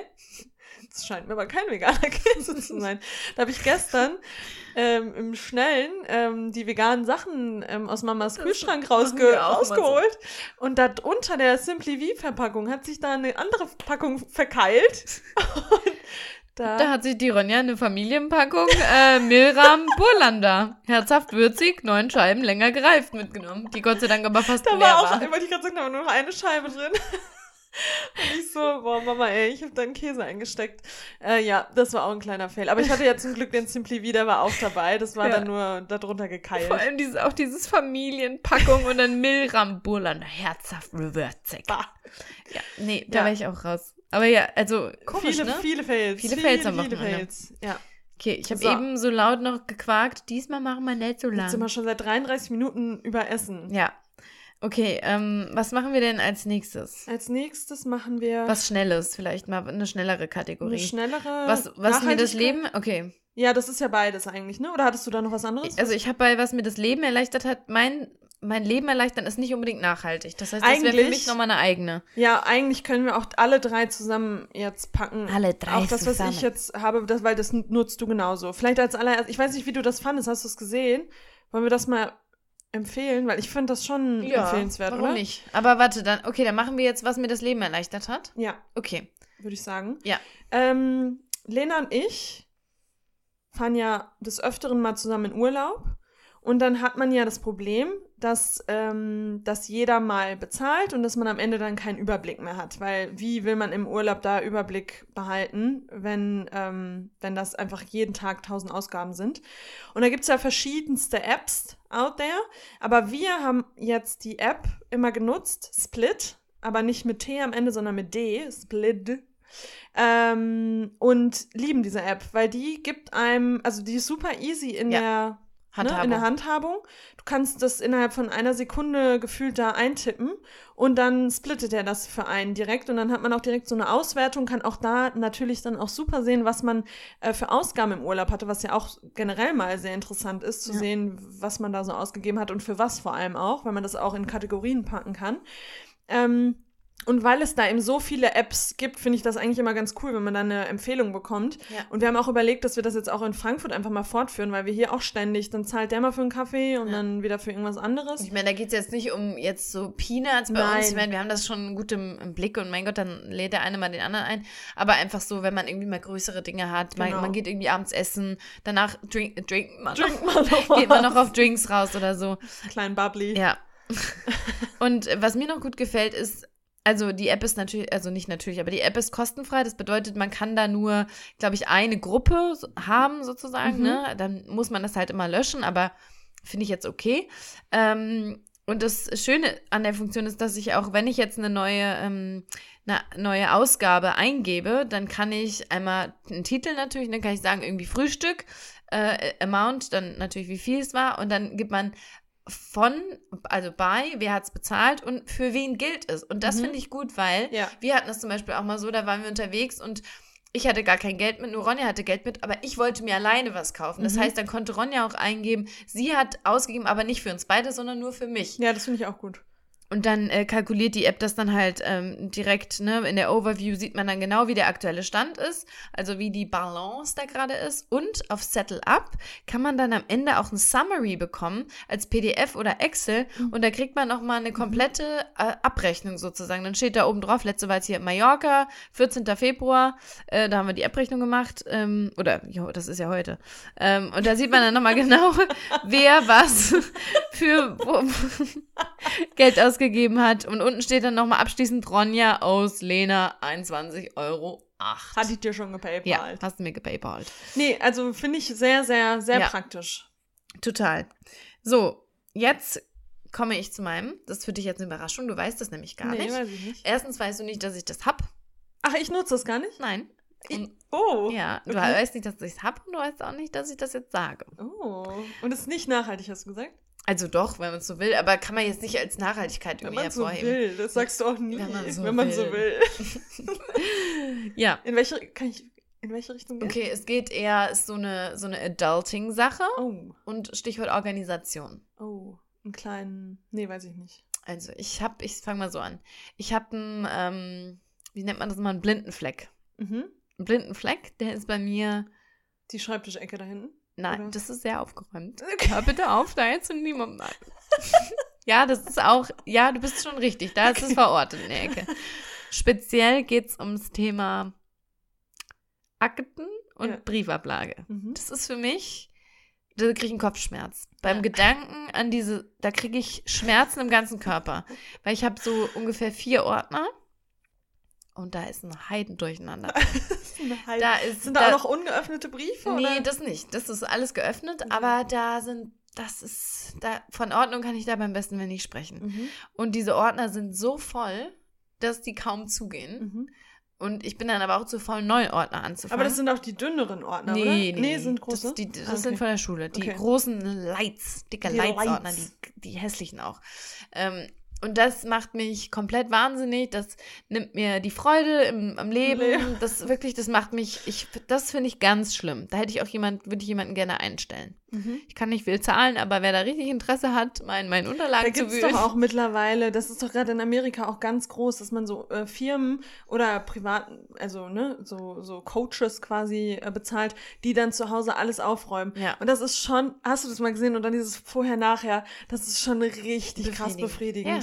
Das scheint mir aber kein veganer Käse zu sein. Da habe ich gestern ähm, im Schnellen ähm, die veganen Sachen ähm, aus Mamas Kühlschrank rausge wir auch immer rausgeholt. Und da unter der Simply V-Verpackung hat sich da eine andere Packung verkeilt. Und da, Da hat sich die Ronja eine Familienpackung äh, Milram Burlander, herzhaft würzig, neun Scheiben länger gereift mitgenommen, die Gott sei Dank aber fast da leer war auch, war. wollte ich gerade sagen, da war nur noch eine Scheibe drin. Und ich so, boah, Mama, ey, ich habe da einen Käse eingesteckt. Äh, ja, das war auch ein kleiner Fail. Aber ich hatte ja zum Glück den Simply V, der war auch dabei. Das war Ja. dann nur darunter gekeilt. Vor allem dieses, auch dieses Familienpackung und dann Milram Burlander, herzhaft würzig. Bah. Ja, nee, da Ja. war ich auch raus. Aber ja, also komisch, viele, ne? viele Fails. Viele Fails am viele Wochenende. Fails. Ja. Okay, ich habe So. eben so laut noch gequakt, diesmal machen wir nicht so Jetzt sind wir lang. schon seit dreiunddreißig Minuten über Essen. Ja. Okay, ähm, was machen wir denn als nächstes? Als nächstes machen wir Was Schnelles, vielleicht mal eine schnellere eine Kategorie. schnellere Was, was mir das Nachhaltigkeit. Leben, okay. Ja, das ist ja beides eigentlich, ne? Oder hattest du da noch was anderes? Also ich habe bei was mir das Leben erleichtert hat, mein, mein Leben erleichtern ist nicht unbedingt nachhaltig. Das heißt, das wäre für Eigentlich- mich nochmal eine eigene. Ja, eigentlich können wir auch alle drei zusammen jetzt packen. Alle drei Auch das, was zusammen. ich jetzt habe, das, weil das nutzt du genauso. Vielleicht als allererstes, ich weiß nicht, wie du das fandest, hast du es gesehen? Wollen wir das mal empfehlen? Weil ich finde das schon empfehlenswert, warum oder? nicht? Aber warte, dann, okay, dann machen wir jetzt, was mir das Leben erleichtert hat. Ja. Okay. würde ich sagen. Ja. Ähm, Lena und ich fahren ja des Öfteren mal zusammen in Urlaub. Und dann hat man ja das Problem, dass, ähm, dass jeder mal bezahlt und dass man am Ende dann keinen Überblick mehr hat. Weil wie will man im Urlaub da Überblick behalten, wenn, ähm, wenn das einfach jeden Tag tausend Ausgaben sind? Und da gibt es ja verschiedenste Apps out there. Aber wir haben jetzt die App immer genutzt, Split, aber nicht mit T am Ende, sondern mit D, Split. Ähm, und lieben diese App, weil die gibt einem, also die ist super easy in Ja. der... Ne, in der Handhabung. Du kannst das innerhalb von einer Sekunde gefühlt da eintippen und dann splittet er das für einen direkt und dann hat man auch direkt so eine Auswertung, kann auch da natürlich dann auch super sehen, was man äh, für Ausgaben im Urlaub hatte, was ja auch generell mal sehr interessant ist, zu Ja. sehen, was man da so ausgegeben hat und für was vor allem auch, weil man das auch in Kategorien packen kann. Ähm, Und weil es da eben so viele Apps gibt, finde ich das eigentlich immer ganz cool, wenn man dann eine Empfehlung bekommt. Ja. Und wir haben auch überlegt, dass wir das jetzt auch in Frankfurt einfach mal fortführen, weil wir hier auch ständig, dann zahlt der mal für einen Kaffee und Ja. dann wieder für irgendwas anderes. Ich meine, da geht es jetzt nicht um jetzt so Peanuts bei Nein. uns. Ich meine, wir haben das schon gut im, im Blick und mein Gott, dann lädt der eine mal den anderen ein. Aber einfach so, wenn man irgendwie mal größere Dinge hat, man, Genau. man geht irgendwie abends essen, danach drink, trinkt man Trinkt noch, man noch geht man was. noch auf Drinks raus oder so. Klein Bubbly. Ja. Und was mir noch gut gefällt, ist, also die App ist natürlich, also nicht natürlich, aber die App ist kostenfrei. Das bedeutet, man kann da nur, glaube ich, eine Gruppe so- haben sozusagen. Mhm. Ne? Dann muss man das halt immer löschen, aber finde ich jetzt okay. Ähm, und das Schöne an der Funktion ist, dass ich auch, wenn ich jetzt eine neue, ähm, eine neue Ausgabe eingebe, dann kann ich einmal einen Titel natürlich, dann kann ich sagen, irgendwie Frühstück, äh, Amount, dann natürlich, wie viel es war. Und dann gibt man von, also bei, wer hat es bezahlt und für wen gilt es. Und das Mhm. finde ich gut, weil Ja. wir hatten das zum Beispiel auch mal so, da waren wir unterwegs und ich hatte gar kein Geld mit, nur Ronja hatte Geld mit, aber ich wollte mir alleine was kaufen. Das Mhm. heißt, dann konnte Ronja auch eingeben, sie hat ausgegeben, aber nicht für uns beide, sondern nur für mich. Ja, das finde ich auch gut. Und dann äh, kalkuliert die App das dann halt ähm, direkt, ne, in der Overview sieht man dann genau, wie der aktuelle Stand ist, also wie die Balance da gerade ist. Und auf Settle Up kann man dann am Ende auch ein Summary bekommen, als P D F oder Excel. Mhm. Und da kriegt man nochmal eine komplette äh, Abrechnung sozusagen. Dann steht da oben drauf, letzte war jetzt hier Mallorca, vierzehnten Februar, äh, da haben wir die Abrechnung gemacht. Ähm, oder, jo, das ist ja heute. Ähm, und da sieht man dann nochmal genau, wer was für wo, Geld ausgegeben hat. Und unten steht dann nochmal abschließend Ronja aus Lena einundzwanzig Euro acht. Hatte ich dir schon gepaypalt. Ja, hast du mir gepaypalt. Nee, also finde ich sehr, sehr, sehr Ja. praktisch. Total. So, jetzt komme ich zu meinem. Das ist für dich jetzt eine Überraschung. Du weißt das nämlich gar nee, nicht. weiß ich nicht. Erstens weißt du nicht, dass ich das hab. Ach, ich nutze das gar nicht? Nein. Ich, Und, oh. ja, du okay. weißt nicht, dass ich es hab und du weißt auch nicht, dass ich das jetzt sage. Oh. Und es ist nicht nachhaltig, hast du gesagt? Also doch, wenn man es so will, aber kann man jetzt nicht als Nachhaltigkeit Wenn irgendwie man so hervorheben. will. Das sagst du auch nie. Wenn man so wenn man will. so will. Ja. In welche, kann ich, in welche Richtung geht's? Okay, es geht eher ist so eine, so eine Adulting-Sache Oh. und Stichwort Organisation. Oh. Einen kleinen, nee, weiß ich nicht. Also ich habe, ich fange mal so an. Ich habe einen, ähm, wie nennt man das mal, einen blinden Fleck. Mhm. Einen blinden Fleck, der ist bei mir, Die Schreibtischecke da hinten. nein, Oder? das ist sehr aufgeräumt. Okay. Hör bitte auf, da jetzt zu niemandem an. Ja, das ist auch, ja, du bist schon richtig, da ist es verortet in der Ecke. Speziell geht es ums Thema Akten und Ja. Briefablage. Mhm. Das ist für mich, da kriege ich einen Kopfschmerz. Beim Ja. Gedanken an diese, da kriege ich Schmerzen im ganzen Körper. Weil ich habe so ungefähr vier Ordner und da ist ein Heidendurcheinander. Halt. Da ist, Sind da, da auch noch ungeöffnete Briefe? Nee, oder? das nicht. Das ist alles geöffnet, Mhm. aber da sind, das ist, da, von Ordnung kann ich da beim besten Willen nicht sprechen. Mhm. Und diese Ordner sind so voll, dass die kaum zugehen. Mhm. Und ich bin dann aber auch zu faul, neue Ordner anzufangen. Aber das sind auch die dünneren Ordner, nee, oder? nee, nee, sind große. Das, die, das Ah, sind okay. von der Schule. Die Okay. großen Lights, dicke Die Lights-Ordner, Lights. die, die hässlichen auch. Ähm, und das macht mich komplett wahnsinnig. Das nimmt mir die Freude im, am Leben. Leben. Das wirklich, das macht mich, ich, das finde ich ganz schlimm. Da hätte ich auch jemand, würde ich jemanden gerne einstellen. Mhm. Ich kann nicht viel zahlen, aber wer da richtig Interesse hat, mein, meinen Da Unterlagen zu gibt es wühlen. doch auch mittlerweile, das ist doch gerade in Amerika auch ganz groß, dass man so äh, Firmen oder Privaten, also ne, so, so Coaches quasi äh, bezahlt, die dann zu Hause alles aufräumen. Ja. Und das ist schon, hast du das mal gesehen? Und dann dieses Vorher-Nachher, das ist schon richtig krass Befriedigend. befriedigend.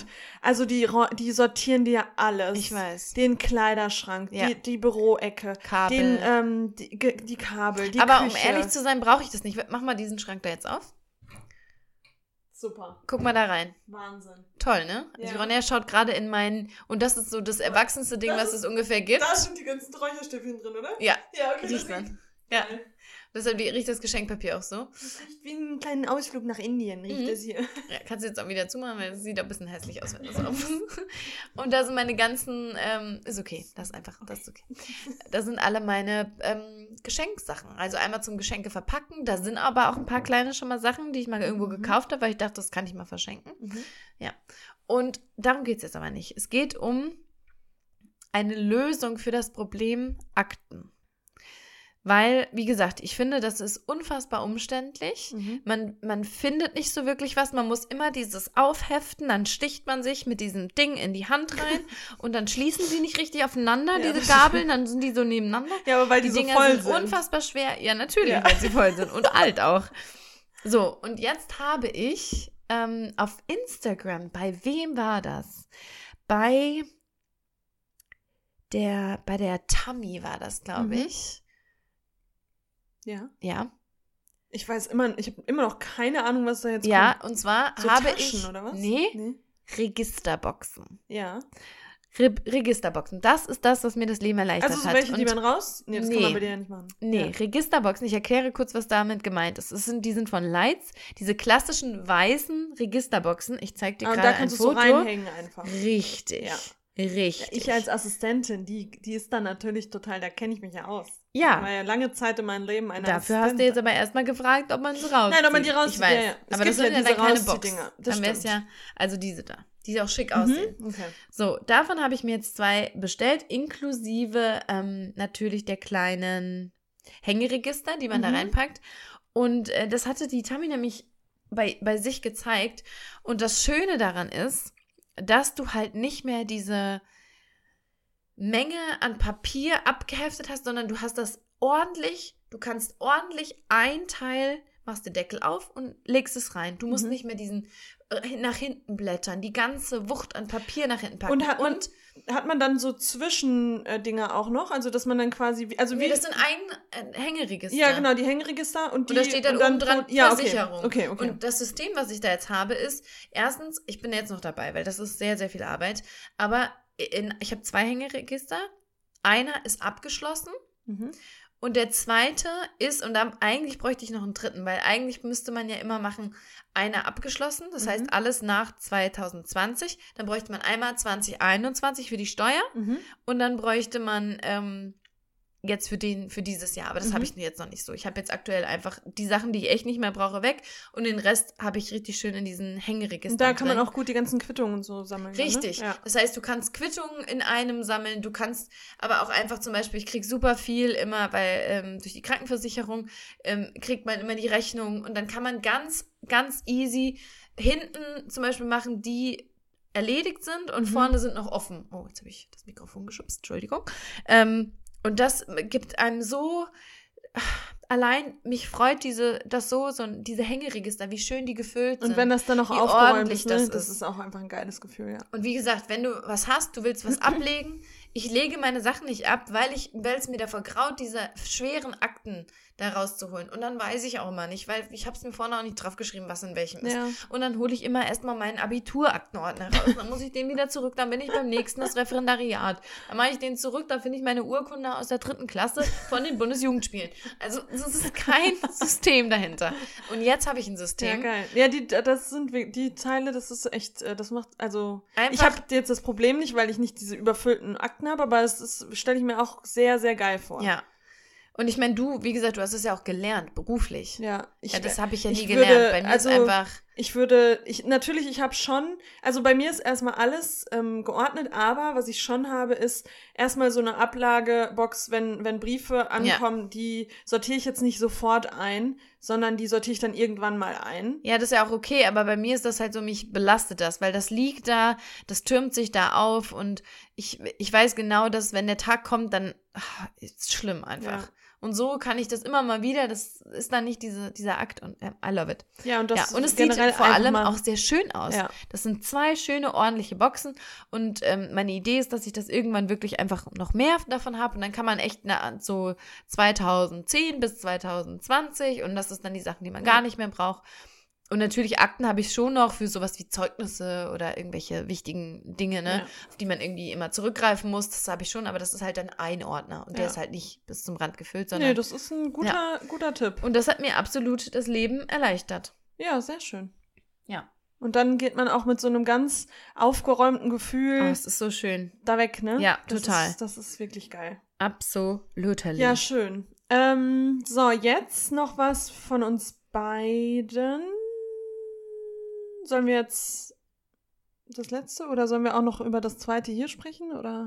Gott. Also die, die sortieren dir alles. Ich weiß. Den Kleiderschrank, ja. die, die Büroecke, Kabel. Den, ähm, die, die Kabel, die Aber Küche. um ehrlich zu sein, brauche ich das nicht. Mach mal diesen Schrank da jetzt auf. Super. Guck mal da rein. Wahnsinn. Toll, ne? Ja. Also Ronja schaut gerade in meinen, und das ist so das erwachsenste Ding, das was ist, es ungefähr gibt. Da sind die ganzen Räucherstäbchen drin, oder? Ja. Ja, okay. Riecht man. Ja. Deshalb riecht das Geschenkpapier auch so. Das riecht wie einen kleinen Ausflug nach Indien, riecht mhm. das hier. Ja, kannst du jetzt auch wieder zumachen, weil es sieht auch ein bisschen hässlich aus, wenn du es auf. Und da sind meine ganzen, ähm, ist okay, das ist einfach, das ist okay. Da sind alle meine ähm, Geschenksachen. Also einmal zum Geschenke verpacken, da sind aber auch ein paar kleine schon mal Sachen, die ich mal irgendwo mhm. gekauft habe, weil ich dachte, das kann ich mal verschenken. Mhm. Ja. Und darum geht es jetzt aber nicht. Es geht um eine Lösung für das Problem Akten. Weil, wie gesagt, ich finde, das ist unfassbar umständlich. Mhm. Man, man findet nicht so wirklich was. Man muss immer dieses aufheften, dann sticht man sich mit diesem Ding in die Hand rein und dann schließen sie nicht richtig aufeinander, ja, diese Gabeln, dann sind die so nebeneinander. Ja, aber weil die, die so Dinger voll sind. sind. Unfassbar schwer. Ja, natürlich, ja. weil sie voll sind und alt auch. So, und jetzt habe ich ähm, auf Instagram, bei wem war das? Bei der, bei der Tammy war das, glaube mhm. ich. Ja. Ja. Ich weiß immer, ich habe immer noch keine Ahnung, was da jetzt ja, kommt. Ja, und zwar so habe Taschen, ich, oder was? Nee, nee, Registerboxen. Ja. Re- Registerboxen, das ist das, was mir das Leben erleichtert hat. Also so welche, und die man raus? Nee, das nee, kann man bei dir ja nicht machen. Nee, ja. Registerboxen, ich erkläre kurz, was damit gemeint ist. Es sind, die sind von Lights, diese klassischen weißen Registerboxen. Ich zeige dir ah, gerade ein Foto. Da kannst du so reinhängen einfach. Richtig, ja. richtig. Ja, ich als Assistentin, die, die ist dann natürlich total, da kenne ich mich ja aus. Ja. Ich war ja lange Zeit in meinem Leben eine Dafür Assistentin. hast du jetzt aber erstmal gefragt, ob man sie rauszieht. Nein, ob man die rauszieht. Ich weiß, ja, ja. aber das sind ja, ja dann keine Box. Das dann wäre es ja, also diese da, die auch schick mhm. aussehen. Okay. So, davon habe ich mir jetzt zwei bestellt, inklusive ähm, natürlich der kleinen Hängeregister, die man mhm. da reinpackt. Und äh, das hatte die Tammy nämlich bei, bei sich gezeigt. Und das Schöne daran ist, dass du halt nicht mehr diese Menge an Papier abgeheftet hast, sondern du hast das ordentlich, du kannst ordentlich ein Teil, machst den Deckel auf und legst es rein. Du musst mhm. nicht mehr diesen äh, nach hinten blättern, die ganze Wucht an Papier nach hinten packen. Und hat man, und, hat man dann so Zwischendinger auch noch? Also, dass man dann quasi, also nee, wie... das sind ein äh, Hängeregister. Ja, genau, die Hängeregister. Und, die, und da steht dann, und dann oben dran ja, okay. Versicherung. Okay, okay. Und das System, was ich da jetzt habe, ist, erstens, ich bin jetzt noch dabei, weil das ist sehr, sehr viel Arbeit, aber in, ich habe zwei Hängeregister. Einer ist abgeschlossen. Mhm. Und der zweite ist, und dann eigentlich bräuchte ich noch einen dritten, weil eigentlich müsste man ja immer machen, einer abgeschlossen, das mhm. heißt alles nach zwanzig zwanzig, dann bräuchte man einmal zwanzig einundzwanzig für die Steuer mhm. und dann bräuchte man ähm, jetzt für den für dieses Jahr, aber das mhm. habe ich jetzt noch nicht so. Ich habe jetzt aktuell einfach die Sachen, die ich echt nicht mehr brauche, weg und den Rest habe ich richtig schön in diesen Hängeregistern. Und da kann man auch gut die ganzen Quittungen und so sammeln. Richtig. Ne? Ja. Das heißt, du kannst Quittungen in einem sammeln, du kannst aber auch einfach zum Beispiel, ich kriege super viel immer, weil ähm, durch die Krankenversicherung ähm, kriegt man immer die Rechnung und dann kann man ganz, ganz easy hinten zum Beispiel machen, die erledigt sind und mhm. vorne sind noch offen. Oh, jetzt habe ich das Mikrofon geschubst, Entschuldigung. Ähm, Und das gibt einem so, allein mich freut diese, das so, so diese Hängeregister, wie schön die gefüllt sind. Und wenn das dann noch aufgeräumt ist, ne? das, das ist auch einfach ein geiles Gefühl, ja. Und wie gesagt, wenn du was hast, du willst was ablegen, ich lege meine Sachen nicht ab, weil ich, weil es mir davor graut, diese schweren Akten da rauszuholen. Und dann weiß ich auch immer nicht, weil ich habe es mir vorne auch nicht drauf geschrieben, was in welchem ist. Ja. Und dann hole ich immer erstmal meinen Abituraktenordner raus. Dann muss ich den wieder zurück, dann bin ich beim nächsten das Referendariat. Dann mache ich den zurück, dann finde ich meine Urkunde aus der dritten Klasse von den Bundesjugendspielen. Also es ist kein System dahinter. Und jetzt habe ich ein System. Ja, geil. Ja, die, das sind die Teile, das ist echt, das macht, also Einfach, ich habe jetzt das Problem nicht, weil ich nicht diese überfüllten Akten habe, aber das stelle ich mir auch sehr, sehr geil vor. Ja. Und ich meine, du, wie gesagt, du hast es ja auch gelernt, beruflich. Ja. Ich, ja, das habe ich ja nie ich gelernt. Würde, bei mir also, ist einfach... Ich würde, ich natürlich, ich habe schon, also bei mir ist erstmal alles ähm, geordnet, aber was ich schon habe, ist erstmal so eine Ablagebox, wenn wenn Briefe ankommen, ja. die sortiere ich jetzt nicht sofort ein, sondern die sortiere ich dann irgendwann mal ein. Ja, das ist ja auch okay, aber bei mir ist das halt so, mich belastet das, weil das liegt da, das türmt sich da auf und ich, ich weiß genau, dass wenn der Tag kommt, dann ach, ist schlimm einfach. Ja. Und so kann ich das immer mal wieder, das ist dann nicht diese, dieser Akt und äh, I love it. Ja, und das ja, und es sieht vor allem auch sehr schön aus. Ja. Das sind zwei schöne, ordentliche Boxen und ähm, meine Idee ist, dass ich das irgendwann wirklich einfach noch mehr davon habe und dann kann man echt na, so zweitausendzehn bis zweitausendzwanzig und das ist dann die Sachen, die man ja. gar nicht mehr braucht. Und natürlich Akten habe ich schon noch für sowas wie Zeugnisse oder irgendwelche wichtigen Dinge, ne, ja. auf die man irgendwie immer zurückgreifen muss. Das habe ich schon, aber das ist halt dann ein Ordner. Und ja. der ist halt nicht bis zum Rand gefüllt, sondern... Nee, das ist ein guter, ja. guter Tipp. Und das hat mir absolut das Leben erleichtert. Ja, sehr schön. Ja. Und dann geht man auch mit so einem ganz aufgeräumten Gefühl... Oh, es ist so schön. Da weg, ne? Ja, das total. Ist, das ist wirklich geil. Absolut. Ja, schön. Ähm, so, jetzt noch was von uns beiden... Sollen wir jetzt das letzte oder sollen wir auch noch über das zweite hier sprechen? Oder?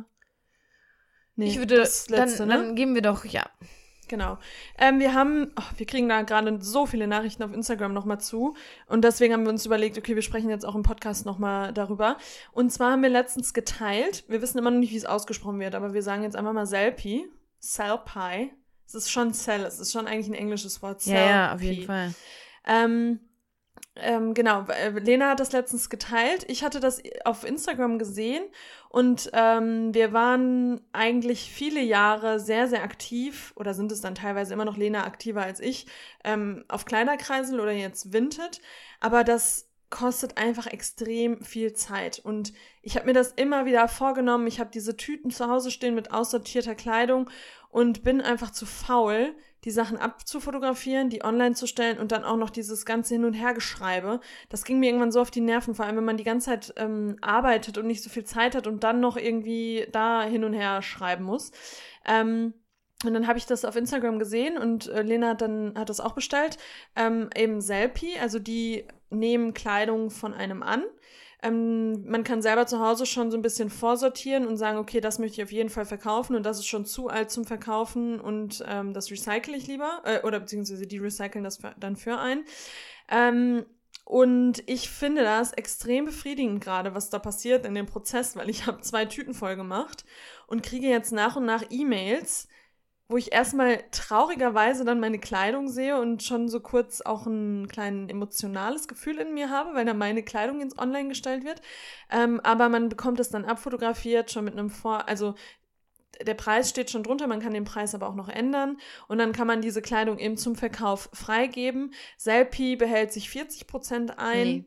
Nee, ich würde, das letzte, dann, ne? dann geben wir doch, ja. Genau. Ähm, wir haben, oh, wir kriegen da gerade so viele Nachrichten auf Instagram nochmal zu und deswegen haben wir uns überlegt, okay, wir sprechen jetzt auch im Podcast nochmal darüber. Und zwar haben wir letztens geteilt, wir wissen immer noch nicht, wie es ausgesprochen wird, aber wir sagen jetzt einfach mal Selfie, Selfie. Es ist schon Cell, es ist schon eigentlich ein englisches Wort. Ja, ja, auf jeden Fall. Ähm, Ähm, genau, Lena hat das letztens geteilt. Ich hatte das auf Instagram gesehen und ähm, wir waren eigentlich viele Jahre sehr, sehr aktiv oder sind es dann teilweise immer noch, Lena aktiver als ich, ähm, auf Kleiderkreisel oder jetzt Vinted. Aber das kostet einfach extrem viel Zeit und ich habe mir das immer wieder vorgenommen. Ich habe diese Tüten zu Hause stehen mit aussortierter Kleidung und bin einfach zu faul, die Sachen abzufotografieren, die online zu stellen und dann auch noch dieses ganze Hin- und Hergeschreibe. Das ging mir irgendwann so auf die Nerven, vor allem wenn man die ganze Zeit ähm, arbeitet und nicht so viel Zeit hat und dann noch irgendwie da hin und her schreiben muss. Ähm, und dann habe ich das auf Instagram gesehen und äh, Lena hat dann hat das auch bestellt. Ähm, eben Selfie, also die nehmen Kleidung von einem an. Ähm, man kann selber zu Hause schon so ein bisschen vorsortieren und sagen, okay, das möchte ich auf jeden Fall verkaufen und das ist schon zu alt zum Verkaufen und ähm, das recycle ich lieber äh, oder beziehungsweise die recyceln das für, dann für einen. Ähm, und ich finde das extrem befriedigend gerade, was da passiert in dem Prozess, weil ich habe zwei Tüten voll gemacht und kriege jetzt nach und nach E-Mails, wo ich erstmal traurigerweise dann meine Kleidung sehe und schon so kurz auch ein kleines emotionales Gefühl in mir habe, weil dann meine Kleidung ins Online gestellt wird. Ähm, aber man bekommt es dann abfotografiert, schon mit einem Vor... Also der Preis steht schon drunter, man kann den Preis aber auch noch ändern. Und dann kann man diese Kleidung eben zum Verkauf freigeben. Selfie behält sich vierzig Prozent ein. Nee.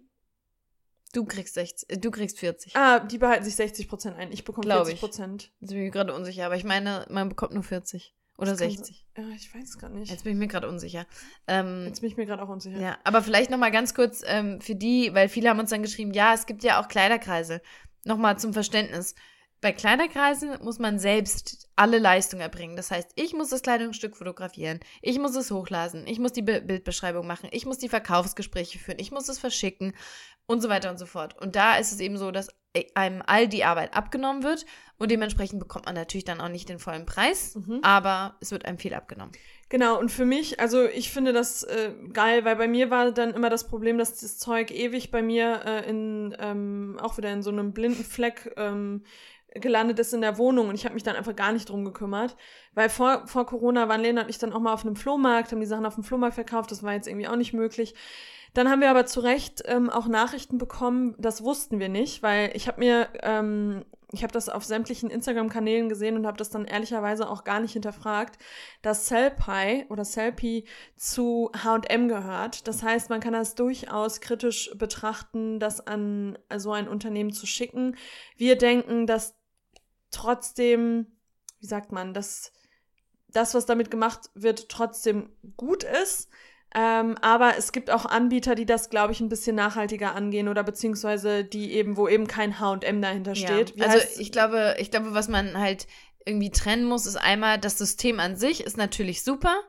Du kriegst sechzig, du kriegst vierzig. Ah, die behalten sich sechzig Prozent ein. Ich bekomme Glaub vierzig Prozent. Jetzt bin ich mir gerade unsicher, aber ich meine, man bekommt nur vierzig. Oder sechzig. So, ja, ich weiß es gerade nicht. Jetzt bin ich mir gerade unsicher. Ähm, Jetzt bin ich mir gerade auch unsicher. Ja, aber vielleicht nochmal ganz kurz ähm, für die, weil viele haben uns dann geschrieben, ja, es gibt ja auch Kleiderkreisel. Nochmal zum Verständnis. Bei Kleiderkreisen muss man selbst alle Leistungen erbringen. Das heißt, ich muss das Kleidungsstück fotografieren, ich muss es hochladen, ich muss die Be- Bildbeschreibung machen, ich muss die Verkaufsgespräche führen, ich muss es verschicken und so weiter und so fort. Und da ist es eben so, dass einem all die Arbeit abgenommen wird und dementsprechend bekommt man natürlich dann auch nicht den vollen Preis, mhm. aber es wird einem viel abgenommen. Genau, und für mich, also ich finde das äh, geil, weil bei mir war dann immer das Problem, dass das Zeug ewig bei mir äh, in ähm, auch wieder in so einem blinden Fleck ähm, gelandet ist in der Wohnung und ich habe mich dann einfach gar nicht drum gekümmert, weil vor, vor Corona waren Lena und ich dann auch mal auf einem Flohmarkt, haben die Sachen auf dem Flohmarkt verkauft, das war jetzt irgendwie auch nicht möglich. Dann haben wir aber zu Recht ähm, auch Nachrichten bekommen, das wussten wir nicht, weil ich habe mir, ähm, ich habe das auf sämtlichen Instagram-Kanälen gesehen und habe das dann ehrlicherweise auch gar nicht hinterfragt, dass Selfie oder Selfie zu H und M gehört. Das heißt, man kann das durchaus kritisch betrachten, das an so ein Unternehmen zu schicken. Wir denken, dass trotzdem, wie sagt man, dass das, was damit gemacht wird, trotzdem gut ist. Ähm, aber es gibt auch Anbieter, die das, glaube ich, ein bisschen nachhaltiger angehen oder beziehungsweise die eben, wo eben kein H und M dahinter steht. Ja, also ich glaube, ich glaube, was man halt irgendwie trennen muss, ist einmal, das System an sich ist natürlich super.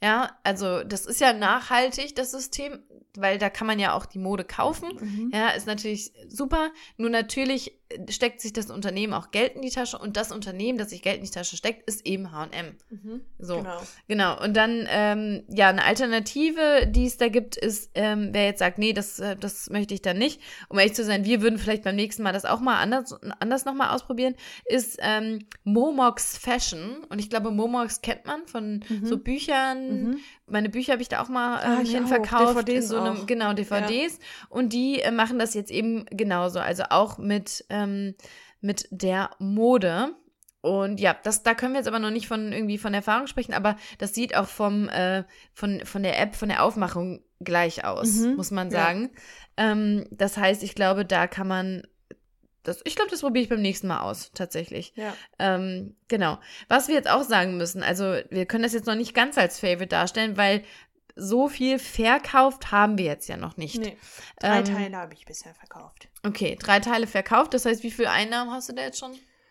Ja, also das ist ja nachhaltig, das System, weil da kann man ja auch die Mode kaufen. Mhm. Ja, ist natürlich super. Nur natürlich steckt sich das Unternehmen auch Geld in die Tasche und das Unternehmen, das sich Geld in die Tasche steckt, ist eben H und M. Mhm. So, Genau. genau. Und dann, ähm, ja, eine Alternative, die es da gibt, ist, ähm, wer jetzt sagt, nee, das, äh, das möchte ich dann nicht. Um ehrlich zu sein, wir würden vielleicht beim nächsten Mal das auch mal anders, anders nochmal ausprobieren, ist ähm, Momox Fashion. Und ich glaube, Momox kennt man von Mhm. so Büchern. Mhm. Meine Bücher habe ich da auch mal Ah, ähm, ich hin auch. verkauft. D V Ds in so einem, auch. genau, D V Ds. Und die äh, machen das jetzt eben genauso. Also auch mit, ähm, mit der Mode. Und ja, das, da können wir jetzt aber noch nicht von irgendwie von Erfahrung sprechen, aber das sieht auch vom, äh, von, von der App, von der Aufmachung gleich aus, Mhm. muss man Ja. sagen. Ähm, das heißt, ich glaube, da kann man, das, ich glaube, das probiere ich beim nächsten Mal aus, tatsächlich. Ja. Ähm, genau. Was wir jetzt auch sagen müssen, also wir können das jetzt noch nicht ganz als Favorite darstellen, weil so viel verkauft haben wir jetzt ja noch nicht. Nee. Drei Ähm, Teile habe ich bisher verkauft. Okay, drei Teile verkauft, das heißt, wie viele Einnahmen hast du da jetzt schon?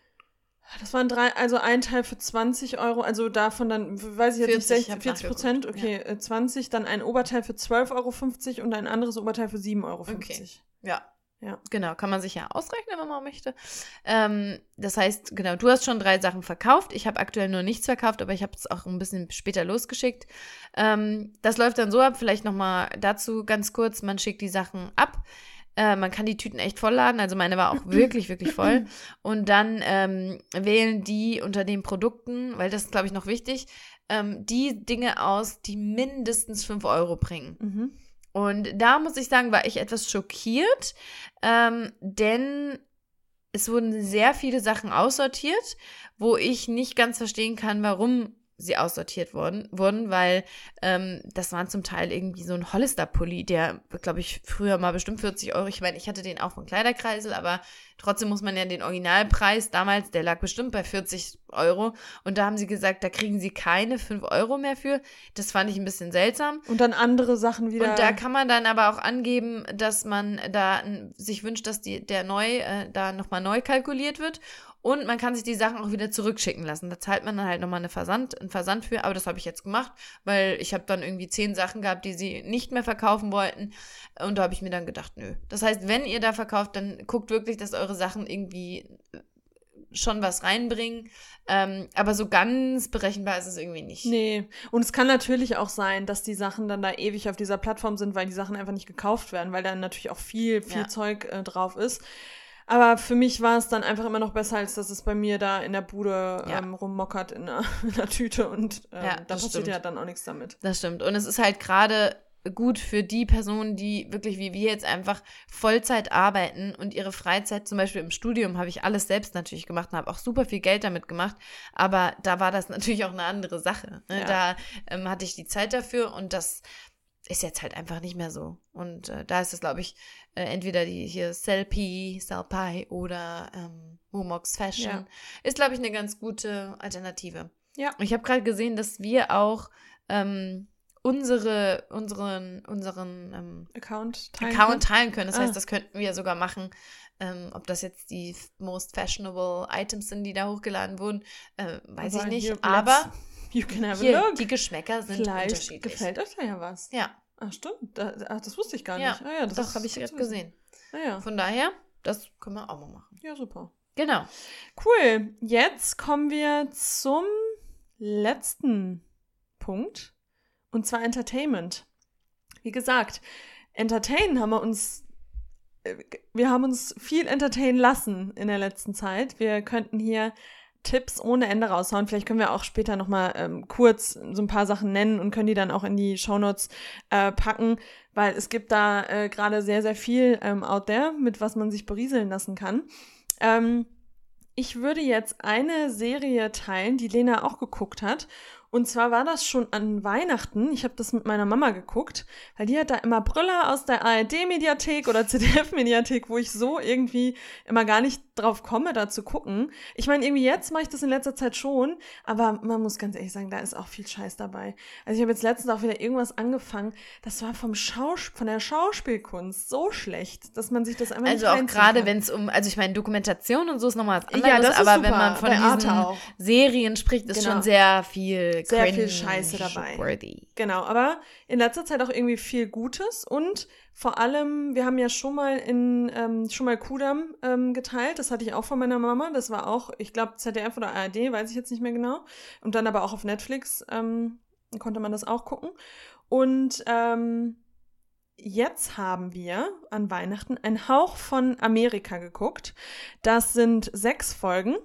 Das waren drei, also ein Teil für zwanzig Euro, also davon dann, weiß ich jetzt vierzig, ich nicht, hab vierzig Prozent, nachgeguckt, okay, äh, zwanzig, dann ein Oberteil für zwölf Euro fünfzig und ein anderes Oberteil für sieben Euro fünfzig. Ja. Ja. Genau, kann man sich ja ausrechnen, wenn man möchte. Ähm, das heißt, genau, du hast schon drei Sachen verkauft. Ich habe aktuell nur nichts verkauft, aber ich habe es auch ein bisschen später losgeschickt. Ähm, das läuft dann so ab, vielleicht nochmal dazu ganz kurz, man schickt die Sachen ab. Äh, man kann die Tüten echt vollladen, also meine war auch wirklich, wirklich voll. Und dann ähm, wählen die unter den Produkten, weil das ist, glaube ich, noch wichtig, ähm, die Dinge aus, die mindestens fünf Euro bringen. Mhm. Und da muss ich sagen, war ich etwas schockiert, ähm, denn es wurden sehr viele Sachen aussortiert, wo ich nicht ganz verstehen kann, warum sie aussortiert wurden, wurden weil ähm, das waren zum Teil irgendwie so ein Hollister-Pulli, der, glaube ich, früher mal bestimmt vierzig Euro, ich meine, ich hatte den auch von Kleiderkreisel, aber trotzdem muss man ja den Originalpreis damals, der lag bestimmt bei vierzig Euro und da haben sie gesagt, da kriegen sie keine fünf Euro mehr für. Das fand ich ein bisschen seltsam. Und dann andere Sachen wieder. Und da kann man dann aber auch angeben, dass man da n- sich wünscht, dass die, der neu, äh, da nochmal neu kalkuliert wird. Und man kann sich die Sachen auch wieder zurückschicken lassen. Da zahlt man dann halt nochmal eine Versand, einen Versand für. Aber das habe ich jetzt gemacht, weil ich habe dann irgendwie zehn Sachen gehabt, die sie nicht mehr verkaufen wollten. Und da habe ich mir dann gedacht, nö. Das heißt, wenn ihr da verkauft, dann guckt wirklich, dass eure Sachen irgendwie schon was reinbringen. Ähm, aber so ganz berechenbar ist es irgendwie nicht. Nee. Und es kann natürlich auch sein, dass die Sachen dann da ewig auf dieser Plattform sind, weil die Sachen einfach nicht gekauft werden, weil da natürlich auch viel, viel Ja. Zeug äh, drauf ist. Aber für mich war es dann einfach immer noch besser, als dass es bei mir da in der Bude Ja. ähm, rummockert in einer, in einer Tüte und ähm, Ja, da das passiert stimmt. ja dann auch nichts damit. Das stimmt. Und es ist halt gerade gut für die Personen, die wirklich wie wir jetzt einfach Vollzeit arbeiten und ihre Freizeit, zum Beispiel im Studium, habe ich alles selbst natürlich gemacht und habe auch super viel Geld damit gemacht, aber da war das natürlich auch eine andere Sache. Ne? Ja. Da ähm, hatte ich die Zeit dafür und das ist jetzt halt einfach nicht mehr so. Und äh, da ist es, glaube ich, äh, entweder die hier Sellpy, Sellpy oder ähm, Momox Fashion. Ja. Ist, glaube ich, eine ganz gute Alternative. Ja. Ich habe gerade gesehen, dass wir auch ähm, unsere, unseren, unseren ähm, Account teilen. Account teilen können. Das Ah. heißt, das könnten wir sogar machen. Ähm, ob das jetzt die most fashionable Items sind, die da hochgeladen wurden, äh, weiß Aber ich nicht. hier, Aber let's- You can have a hier, look. die Geschmäcker sind Vielleicht unterschiedlich. gefällt euch da ja was. Ja, Ach, stimmt. Da, ach, das wusste ich gar ja, nicht. Ah, ja das doch, ist habe ich gut gerade zu wissen. gesehen. Ah, ja. Von daher, das können wir auch mal machen. ja, super. Genau. Cool. Jetzt kommen wir zum letzten Punkt. Und zwar Entertainment. Wie gesagt, entertainen haben wir uns, äh, wir haben uns viel entertainen lassen in der letzten Zeit. Wir könnten hier Tipps ohne Ende raushauen. Vielleicht können wir auch später nochmal ähm, kurz so ein paar Sachen nennen und können die dann auch in die Shownotes äh, packen, weil es gibt da äh, gerade sehr, sehr viel ähm, out there, mit was man sich berieseln lassen kann. Ähm, ich würde jetzt eine Serie teilen, die Lena auch geguckt hat. Und zwar war das schon an Weihnachten. Ich habe das mit meiner Mama geguckt, weil die hat da immer Brüller aus der A R D-Mediathek oder Z D F-Mediathek, wo ich so irgendwie immer gar nicht drauf komme, da zu gucken. Ich meine, irgendwie jetzt mache ich das in letzter Zeit schon, aber man muss ganz ehrlich sagen, da ist auch viel Scheiß dabei. Also ich habe jetzt letztens auch wieder irgendwas angefangen, das war vom Schaus- von der Schauspielkunst so schlecht, dass man sich das einfach Also nicht auch gerade, wenn es um, also ich meine, Dokumentation und so ist nochmal was anderes, ja, das ist aber super. wenn man von Bei Arte diesen auch. Serien spricht, ist Genau. schon sehr viel Sehr viel Scheiße dabei. worthy. Genau, aber in letzter Zeit auch irgendwie viel Gutes und vor allem, wir haben ja schon mal in ähm, schon mal Kudam ähm, geteilt, das hatte ich auch von meiner Mama, das war auch, ich glaube Z D F oder A R D, weiß ich jetzt nicht mehr genau, und dann aber auch auf Netflix ähm, konnte man das auch gucken und ähm, jetzt haben wir an Weihnachten einen Hauch von Amerika geguckt, das sind sechs Folgen.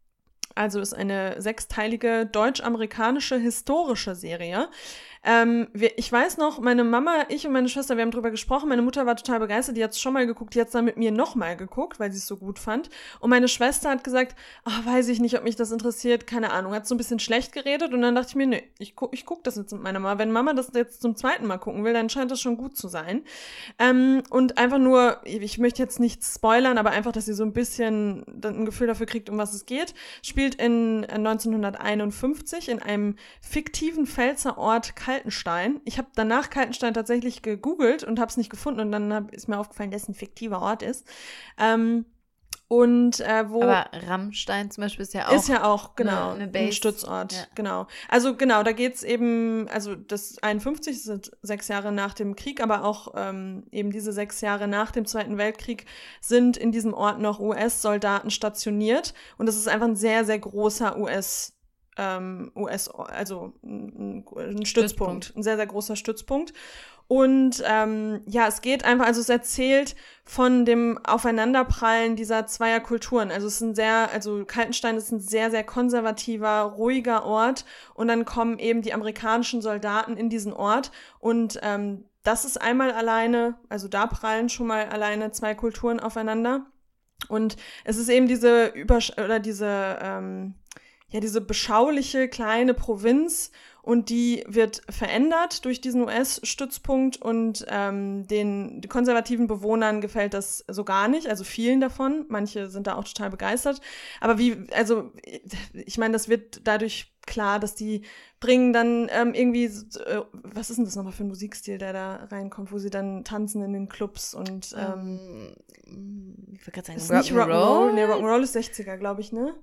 Also ist eine sechsteilige deutsch-amerikanische historische Serie. Ähm, wir, ich weiß noch, meine Mama, ich und meine Schwester, wir haben drüber gesprochen. Meine Mutter war total begeistert, die hat es schon mal geguckt, die hat es dann mit mir nochmal geguckt, weil sie es so gut fand. Und meine Schwester hat gesagt, ach, weiß ich nicht, ob mich das interessiert, keine Ahnung, hat so ein bisschen schlecht geredet. Und dann dachte ich mir, nee, ich gucke ich guck das jetzt mit meiner Mama. Wenn Mama das jetzt zum zweiten Mal gucken will, dann scheint das schon gut zu sein. Ähm, und einfach nur, ich möchte jetzt nichts spoilern, aber einfach, dass sie so ein bisschen ein Gefühl dafür kriegt, um was es geht. Spielt in neunzehnhunderteinundfünfzig in einem fiktiven Pfälzer Ort Kaltenstein. Ich habe danach Kaltenstein tatsächlich gegoogelt und habe es nicht gefunden und dann hab, ist mir aufgefallen, dass es ein fiktiver Ort ist. Ähm, und äh, wo Aber Rammstein zum Beispiel ist ja auch ist ja auch genau eine, eine ein Stützort, ja. genau. Also genau, da geht's eben, also das einundfünfzig das sind sechs Jahre nach dem Krieg, aber auch ähm, eben diese sechs Jahre nach dem Zweiten Weltkrieg sind in diesem Ort noch U S-Soldaten stationiert und das ist einfach ein sehr sehr großer U S ähm, U S, also ein, ein Stützpunkt, Stützpunkt, ein sehr sehr großer Stützpunkt. Und ähm, ja, es geht einfach, also es erzählt von dem Aufeinanderprallen dieser zweier Kulturen. Also es ist ein sehr, also Kaltenstein ist ein sehr, sehr konservativer, ruhiger Ort. Und dann kommen eben die amerikanischen Soldaten in diesen Ort. Und ähm, das ist einmal alleine, also da prallen schon mal alleine zwei Kulturen aufeinander. Und es ist eben diese Übersch- oder diese, ähm, ja, diese beschauliche kleine Provinz. Und die wird verändert durch diesen U S-Stützpunkt und ähm, den konservativen Bewohnern gefällt das so gar nicht, also vielen davon. Manche sind da auch total begeistert. Aber wie, also ich meine, das wird dadurch klar, dass die bringen dann ähm, irgendwie, äh, was ist denn das nochmal für ein Musikstil, der da reinkommt, wo sie dann tanzen in den Clubs und ähm, ähm, ich würde gerade sagen, ist nicht Rock'n'Roll? Nee, Rock'n'Roll ist sechziger, glaube ich, ne?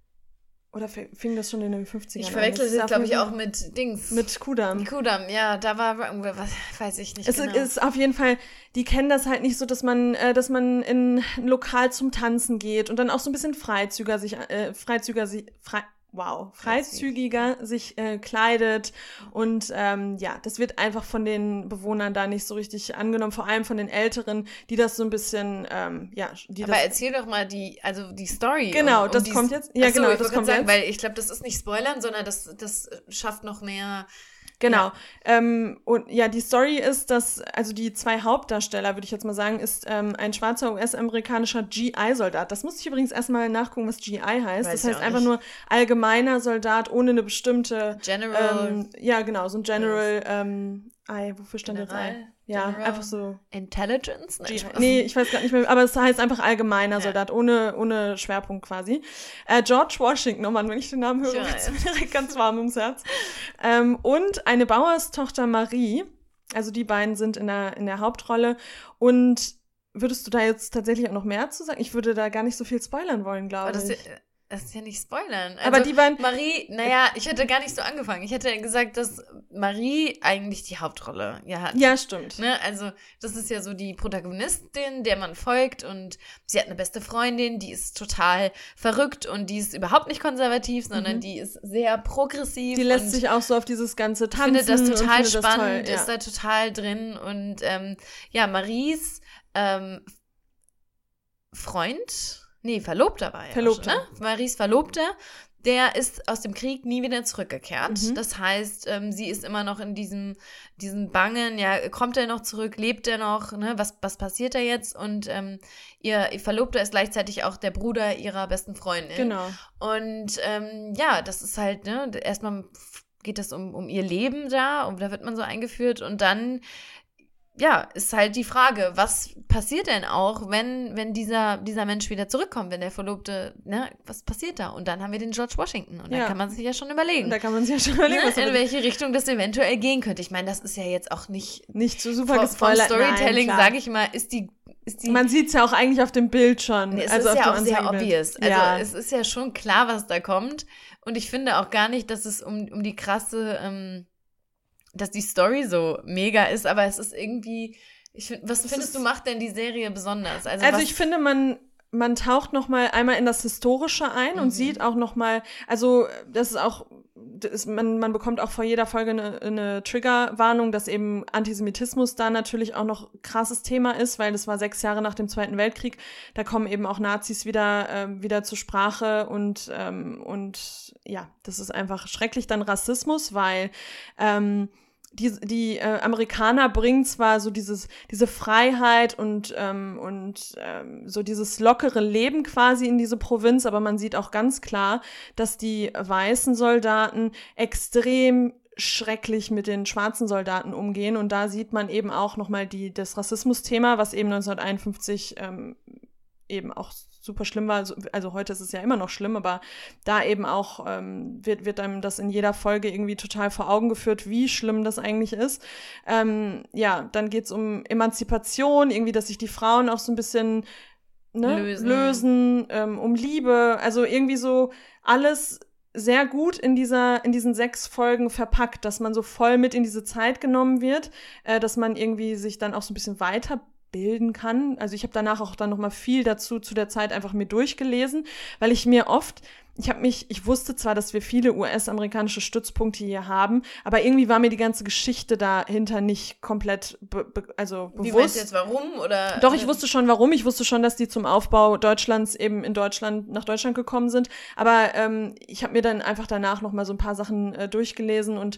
Oder fing das schon in den fünfzigern an? Ich verwechsel das, glaube ich, auch mit Dings. Mit Kudam. Kudam, ja, da war was weiß ich nicht es genau. Es ist auf jeden Fall, die kennen das halt nicht so, dass man äh, dass man in ein Lokal zum Tanzen geht und dann auch so ein bisschen freizügiger sich, äh, freizügiger sich, frei, wow, freizügiger sich äh, kleidet und ähm, ja, das wird einfach von den Bewohnern da nicht so richtig angenommen, vor allem von den Älteren, die das so ein bisschen, ähm, ja, die Aber das erzähl doch mal die, also die Story. Genau, um, um das dies, kommt jetzt. Ja, Achso, genau, ich das kommt sagen, jetzt. Weil ich glaube, das ist nicht Spoilern, sondern das, das schafft noch mehr. Genau. Ja. Ähm, und ja, die Story ist, dass, also die zwei Hauptdarsteller, würde ich jetzt mal sagen, ist ähm, ein schwarzer U S-amerikanischer G I-Soldat. Das musste ich übrigens erstmal nachgucken, was G I heißt. Weiß das heißt einfach nicht. nur allgemeiner Soldat ohne eine bestimmte General. Ähm, ja, genau, so ein General. Ähm, I, wofür stand General, jetzt I? Ja, General einfach so. Intelligence? Nein, G- Spaß. nee, ich weiß gar nicht mehr, aber es heißt einfach allgemeiner Ja. Soldat, ohne, ohne Schwerpunkt quasi. Äh, George Washington, oh Mann, wenn ich den Namen höre, Ja, wird's ja. mir direkt ganz warm ums Herz. Ähm, und eine Bauerstochter Marie, also die beiden sind in der, in der Hauptrolle. Und würdest du da jetzt tatsächlich auch noch mehr zu sagen? Ich würde da gar nicht so viel spoilern wollen, glaube Aber das, ich. das ist ja nicht spoilern. Also, Aber die beiden- Marie, naja, ich hätte gar nicht so angefangen. Ich hätte gesagt, dass Marie eigentlich die Hauptrolle ja hat. Ja, stimmt. Ne? Also, das ist ja so die Protagonistin, der man folgt und sie hat eine beste Freundin, die ist total verrückt und die ist überhaupt nicht konservativ, sondern Mhm. die ist sehr progressiv. Die lässt und sich auch so auf dieses ganze Tanzen findet das und total findet spannend, das toll, ja. ist da total drin und ähm, ja, Maries ähm, Freund, nee, Verlobter war er. Verlobter. Schon, ne? Maries Verlobter, der ist aus dem Krieg nie wieder zurückgekehrt. Mhm. Das heißt, ähm, sie ist immer noch in diesem, diesem Bangen, ja, kommt er noch zurück, lebt er noch, ne, was, was passiert da jetzt? Und ähm, ihr, ihr Verlobter ist gleichzeitig auch der Bruder ihrer besten Freundin. Genau. Und ähm, ja, das ist halt, ne, erstmal geht es um, um ihr Leben da und da wird man so eingeführt und dann ja, ist halt die Frage, was passiert denn auch, wenn, wenn dieser, dieser Mensch wieder zurückkommt, wenn der Verlobte, ne, was passiert da? Und dann haben wir den George Washington und Ja. da kann man sich ja schon überlegen. Und da kann man sich ja schon überlegen, ne, was in aber welche Richtung das eventuell gehen könnte. Ich meine, das ist ja jetzt auch nicht, nicht so super vom, gespoilert. vom Storytelling, Nein, sage ich mal, ist die, ist die man sieht es ja auch eigentlich auf dem Bild schon. Nee, es also ist auf ja dem auch sehr Anzeigenbild. obvious. Also ja. es ist ja schon klar, was da kommt. Und ich finde auch gar nicht, dass es um, um die krasse, ähm, dass die Story so mega ist, aber es ist irgendwie, ich find, was Es findest ist- du, macht denn die Serie besonders? Also, Also was, ich finde, man, man taucht noch mal einmal in das Historische ein Mhm. und sieht auch noch mal, also das ist auch, das ist, man, man bekommt auch vor jeder Folge eine, eine Triggerwarnung, dass eben Antisemitismus da natürlich auch noch krasses Thema ist, weil das war sechs Jahre nach dem Zweiten Weltkrieg. Da kommen eben auch Nazis wieder, ähm, wieder zur Sprache und, ähm, und ja, das ist einfach schrecklich. Dann Rassismus, weil ähm, die, die äh, Amerikaner bringen zwar so dieses, diese Freiheit und, ähm, und ähm, so dieses lockere Leben quasi in diese Provinz, aber man sieht auch ganz klar, dass die weißen Soldaten extrem schrecklich mit den schwarzen Soldaten umgehen. Und da sieht man eben auch nochmal die, das Rassismus-Thema, was eben neunzehnhunderteinundfünfzig ähm, eben auch super schlimm war. Also heute ist es ja immer noch schlimm, aber da eben auch ähm, wird, wird einem das in jeder Folge irgendwie total vor Augen geführt, wie schlimm das eigentlich ist. Ähm, ja, dann geht's um Emanzipation, irgendwie, dass sich die Frauen auch so ein bisschen ne, Lösen. lösen ähm, um Liebe, also irgendwie so alles sehr gut in dieser in diesen sechs Folgen verpackt, dass man so voll mit in diese Zeit genommen wird, äh, dass man irgendwie sich dann auch so ein bisschen weiter bilden kann. Also ich habe danach auch dann noch mal viel dazu zu der Zeit einfach mir durchgelesen, weil ich mir oft, ich habe mich, ich wusste zwar, dass wir viele U S-amerikanische Stützpunkte hier haben, aber irgendwie war mir die ganze Geschichte dahinter nicht komplett be, be, also bewusst. wie meinst du jetzt warum? Oder, Doch, ich wusste schon, warum. Ich wusste schon, dass die zum Aufbau Deutschlands eben in Deutschland, nach Deutschland gekommen sind. Aber ähm, ich habe mir dann einfach danach noch mal so ein paar Sachen äh, durchgelesen und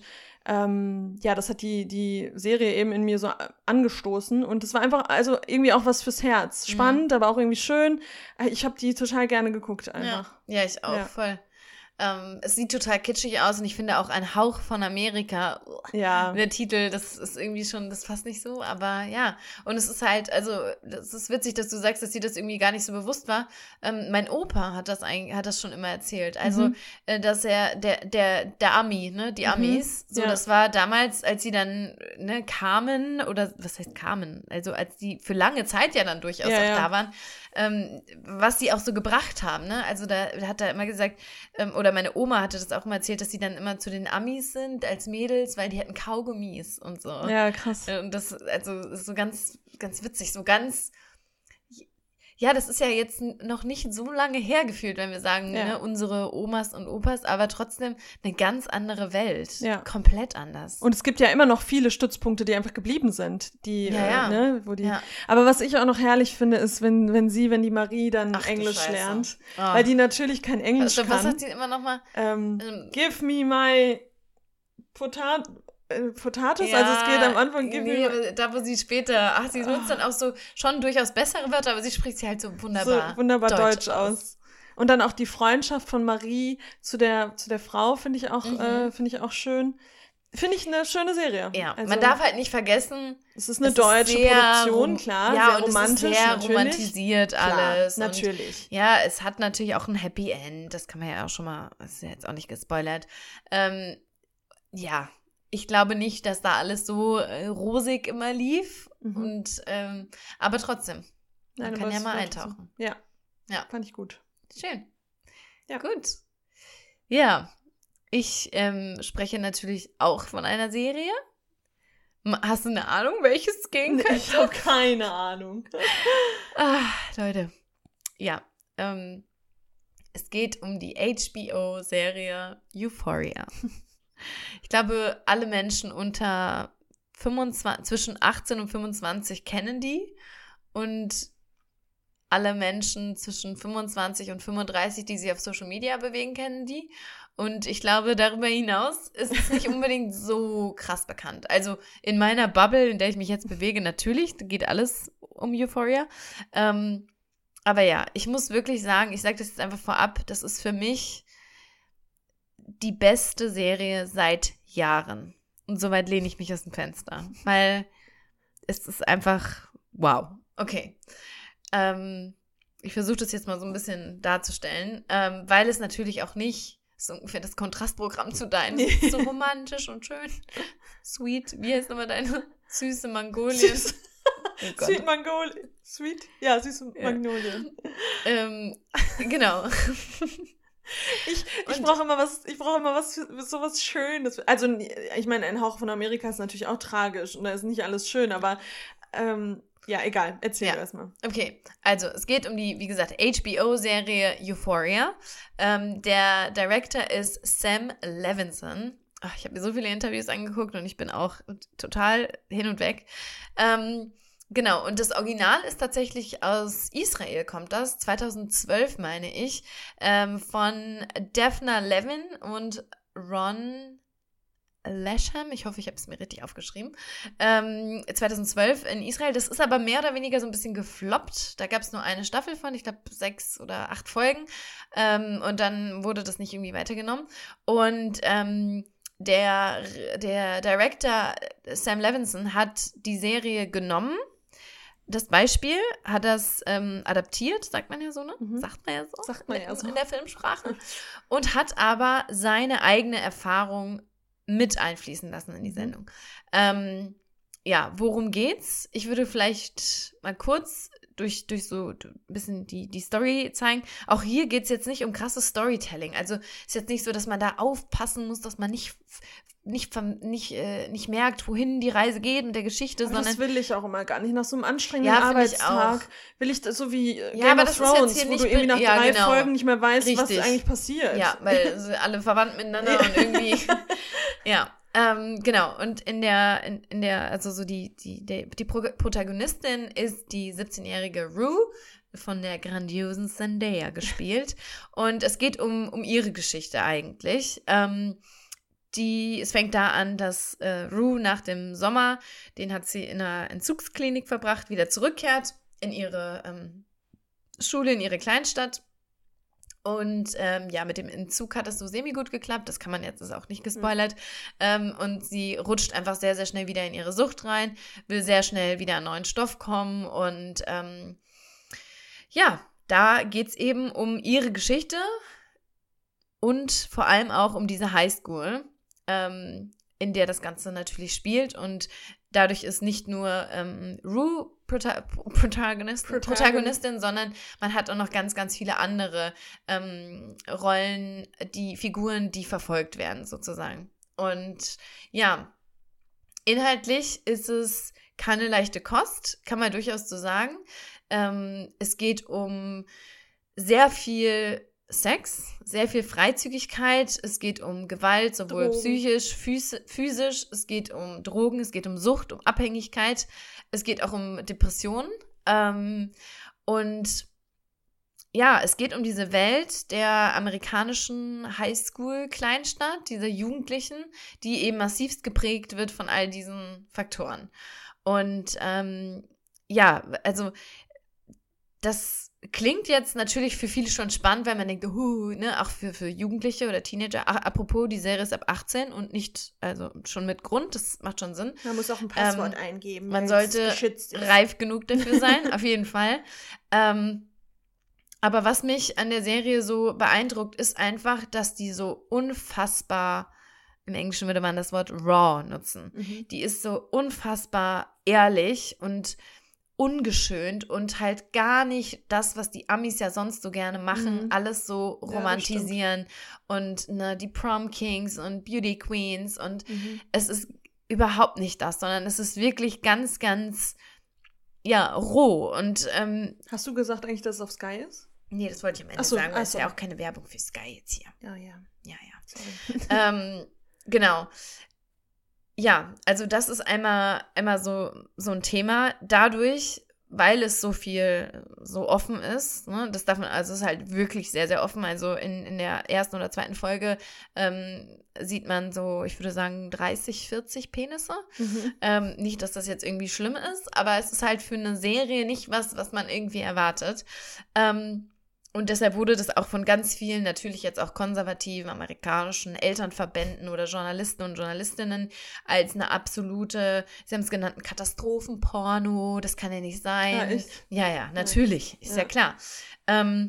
ähm, ja, das hat die, die Serie eben in mir so angestoßen. Und es war einfach, also irgendwie auch was fürs Herz. Spannend, mhm. aber auch irgendwie schön. Ich habe die total gerne geguckt einfach. Ja, ja ich auch, Ja. voll. Ähm, es sieht total kitschig aus und ich finde auch ein Hauch von Amerika. Ja. Der Titel, das ist irgendwie schon, das passt nicht so, aber ja. Und es ist halt, also, das ist witzig, dass du sagst, dass dir das irgendwie gar nicht so bewusst war. Ähm, mein Opa hat das eigentlich, hat das schon immer erzählt. Also, Mhm. äh, dass er, der, der, der Ami, ne, die Amis, Mhm. so, Ja. das war damals, als sie dann, ne, kamen, oder was heißt kamen? Also, als die für lange Zeit ja dann durchaus Ja, auch ja. da waren, ähm, was sie auch so gebracht haben, ne? Also, da hat er immer gesagt, ähm, oder meine Oma hatte das auch immer erzählt, dass sie dann immer zu den Amis sind als Mädels, weil die hatten Kaugummis und so. Ja, krass. Und das, also, ist so ganz, ganz witzig, so ganz, ja, das ist ja jetzt noch nicht so lange her gefühlt, wenn wir sagen, Ja. ne, unsere Omas und Opas, aber trotzdem eine ganz andere Welt. Ja. Komplett anders. Und es gibt ja immer noch viele Stützpunkte, die einfach geblieben sind, die, Ja, ja. Äh, ne, wo die. Ja. Aber was ich auch noch herrlich finde, ist, wenn, wenn sie, wenn die Marie dann Ach du Englisch Scheiße. lernt, Oh. weil die natürlich kein Englisch also, was kann. hat sie immer noch mal? Ähm, Ähm, give me my potat äh, Potatoes, also es geht am Anfang, give nee, me my, da wo sie später, ach, sie nutzt dann auch so schon durchaus bessere Wörter, aber sie spricht sie halt so wunderbar, so wunderbar Deutsch, aus. Und dann auch die Freundschaft von Marie zu der, zu der Frau finde ich auch, Mhm. äh, finde ich auch schön. Finde ich eine schöne Serie. Ja, also, man darf halt nicht vergessen, es ist eine es ist deutsche sehr Produktion, rom- klar, ja, sehr und romantisch, es ist sehr natürlich. romantisiert alles. Klar, und natürlich. ja, es hat natürlich auch ein Happy End, das kann man ja auch schon mal, das ist ja jetzt auch nicht gespoilert. Ähm, ja, ich glaube nicht, dass da alles so äh, rosig immer lief. Mhm. Und ähm, aber trotzdem, man Nein, kann aber ja es mal war eintauchen. trotzdem- Ja. Ja. Fand ich gut. Schön. Ja. Gut. Ja, ich ähm, spreche natürlich auch von einer Serie. M- Hast du eine Ahnung, welches es gehen könnte? Ich habe keine Ahnung. Ah, Leute. Ja, ähm, es geht um die H B O-Serie Euphoria. Ich glaube, alle Menschen unter fünfundzwanzig, zwischen achtzehn und fünfundzwanzig kennen die. Und alle Menschen zwischen fünfundzwanzig und fünfunddreißig, die sich auf Social Media bewegen, kennen die. Und ich glaube, darüber hinaus ist es nicht unbedingt so krass bekannt. Also in meiner Bubble, in der ich mich jetzt bewege, natürlich geht alles um Euphoria. Ähm, aber ja, ich muss wirklich sagen, ich sage das jetzt einfach vorab, das ist für mich die beste Serie seit Jahren. Und soweit lehne ich mich aus dem Fenster. Weil es ist einfach wow. Okay. Ähm, ich versuche das jetzt mal so ein bisschen darzustellen, ähm, weil es natürlich auch nicht so ungefähr das Kontrastprogramm zu deinem ist so romantisch und schön. Sweet. Wie heißt nochmal deine süße Mongolien? Süß. Oh Sweet Mongolien. Sweet? Ja, süße ja. Magnolien. Ähm, genau. Ich, ich brauche immer was, ich brauche immer was, so was Schönes. Also, ich meine, ein Hauch von Amerika ist natürlich auch tragisch und da ist nicht alles schön, aber ähm, ja, egal. Erzähl ja. erstmal. Okay, also es geht um die, wie gesagt, H B O-Serie Euphoria. Ähm, der Director ist Sam Levinson. Ach, ich habe mir so viele Interviews angeguckt und ich bin auch total hin und weg. Ähm, Genau, und das Original ist tatsächlich aus Israel, kommt das, zweitausendzwölf meine ich, ähm, von Daphna Levin und Ron Lasham, ich hoffe, ich habe es mir richtig aufgeschrieben, ähm, zweitausendzwölf in Israel. Das ist aber mehr oder weniger so ein bisschen gefloppt. Da gab es nur eine Staffel von, ich glaube sechs oder acht Folgen, ähm, und dann wurde das nicht irgendwie weitergenommen. Und ähm, der, der Director Sam Levinson hat die Serie genommen. Das Beispiel hat das ähm, adaptiert, sagt man ja so, ne? Mhm. Sagt man ja so. Sagt man ja so. In der Filmsprache. Und hat aber seine eigene Erfahrung mit einfließen lassen in die Sendung. Mhm. Ähm, ja, worum geht's? Ich würde vielleicht mal kurz durch, durch so ein bisschen die, die Story zeigen. Auch hier geht's jetzt nicht um krasses Storytelling. Also ist jetzt nicht so, dass man da aufpassen muss, dass man nicht nicht, nicht, äh, nicht merkt, wohin die Reise geht mit der Geschichte, aber sondern... das will ich auch immer gar nicht. Nach so einem anstrengenden ja, Arbeitstag ich will ich das so wie Game ja, aber of das Thrones, ist jetzt hier wo nicht du irgendwie nach ja, drei genau. Folgen nicht mehr weißt, Richtig. was eigentlich passiert. Ja, weil sie alle verwandt miteinander und irgendwie... ja, ähm, genau. Und in der, in, in der, also so die, die, die, die Protagonistin ist die siebzehnjährige Rue, von der grandiosen Zendaya gespielt. Und es geht um, um ihre Geschichte eigentlich. Ähm, Die, es fängt da an, dass äh, Rue nach dem Sommer, den hat sie in einer Entzugsklinik verbracht, wieder zurückkehrt in ihre ähm, Schule, in ihre Kleinstadt. Und ähm, ja, mit dem Entzug hat das so semi-gut geklappt. Das kann man jetzt, ist auch nicht gespoilert. Mhm. Ähm, und sie rutscht einfach sehr, sehr schnell wieder in ihre Sucht rein, will sehr schnell wieder an neuen Stoff kommen. Und ähm, ja, da geht es eben um ihre Geschichte und vor allem auch um diese Highschool, Ähm, in der das Ganze natürlich spielt und dadurch ist nicht nur ähm, Rue Prota- Protagonistin, Protagonistin, sondern man hat auch noch ganz, ganz viele andere ähm, Rollen, die Figuren, die verfolgt werden sozusagen. Und ja, inhaltlich ist es keine leichte Kost, kann man durchaus so sagen. Ähm, es geht um sehr viel Sex, sehr viel Freizügigkeit, es geht um Gewalt, sowohl Drogen. psychisch, phys- physisch, es geht um Drogen, es geht um Sucht, um Abhängigkeit, es geht auch um Depressionen ähm, und ja, es geht um diese Welt der amerikanischen Highschool-Kleinstadt, dieser Jugendlichen, die eben massivst geprägt wird von all diesen Faktoren. Und ähm, ja, also das klingt jetzt natürlich für viele schon spannend, weil man denkt, huh, ne, auch für, für Jugendliche oder Teenager. Ach, apropos, die Serie ist ab achtzehn und nicht, also schon mit Grund, das macht schon Sinn. Man muss auch ein Passwort ähm, eingeben. Man sollte reif genug dafür sein, auf jeden Fall. Ähm, aber was mich an der Serie so beeindruckt, ist einfach, dass die so unfassbar, im Englischen würde man das Wort raw nutzen. Mhm. Die ist so unfassbar ehrlich und ungeschönt und halt gar nicht das, was die Amis ja sonst so gerne machen, mhm. alles so romantisieren ja, und ne, die Prom Kings und Beauty Queens und mhm. es ist überhaupt nicht das, sondern es ist wirklich ganz, ganz ja, roh und ähm, hast du gesagt eigentlich, dass es auf Sky ist? Nee, das wollte ich am Ende so, sagen, weil es so. ist ja auch keine Werbung für Sky jetzt hier. Ja, ja. Ja, ja. ähm, genau. Ja, also das ist einmal, einmal so, so ein Thema. Dadurch, weil es so viel so offen ist, ne, das darf man, also es ist halt wirklich sehr, sehr offen. Also in, in der ersten oder zweiten Folge ähm, sieht man so, ich würde sagen, dreißig, vierzig Penisse. Mhm. Ähm, nicht, dass das jetzt irgendwie schlimm ist, aber es ist halt für eine Serie nicht was, was man irgendwie erwartet. Ähm, Und deshalb wurde das auch von ganz vielen, natürlich jetzt auch konservativen amerikanischen Elternverbänden oder Journalisten und Journalistinnen als eine absolute, sie haben es genannt, ein Katastrophenporno, das kann ja nicht sein. Ja, echt? Ja, ja, natürlich, Ja. ist ja, ja klar. Ähm,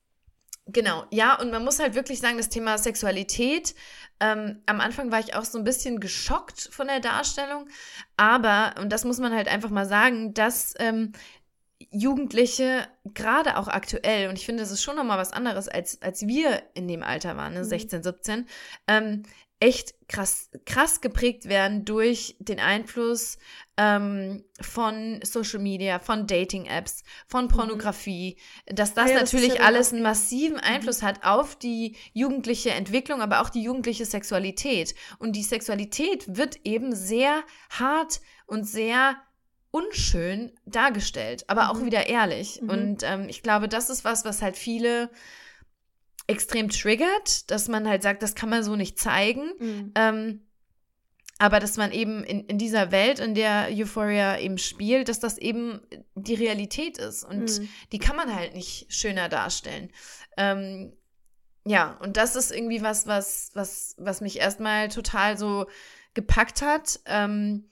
genau, ja, und man muss halt wirklich sagen, das Thema Sexualität, ähm, am Anfang war ich auch so ein bisschen geschockt von der Darstellung, aber, und das muss man halt einfach mal sagen, dass ähm, Jugendliche, gerade auch aktuell, und ich finde, das ist schon nochmal was anderes, als, als wir in dem Alter waren, ne, Mhm. sechzehn, siebzehn, ähm, echt krass, krass geprägt werden durch den Einfluss ähm, von Social Media, von Dating-Apps, von Pornografie, dass das Ah ja, das ist natürlich ja dann alles auch- einen massiven Einfluss hat auf die jugendliche Entwicklung, aber auch die jugendliche Sexualität. Und die Sexualität wird eben sehr hart und sehr unschön dargestellt, aber auch Mhm. wieder ehrlich. Mhm. Und ähm, ich glaube, das ist was, was halt viele extrem triggert, dass man halt sagt, das kann man so nicht zeigen. Mhm. Ähm, aber dass man eben in, in dieser Welt, in der Euphoria eben spielt, dass das eben die Realität ist. Und Mhm. die kann man halt nicht schöner darstellen. Ähm, ja, und das ist irgendwie was, was, was, was mich erstmal total so gepackt hat. Ähm,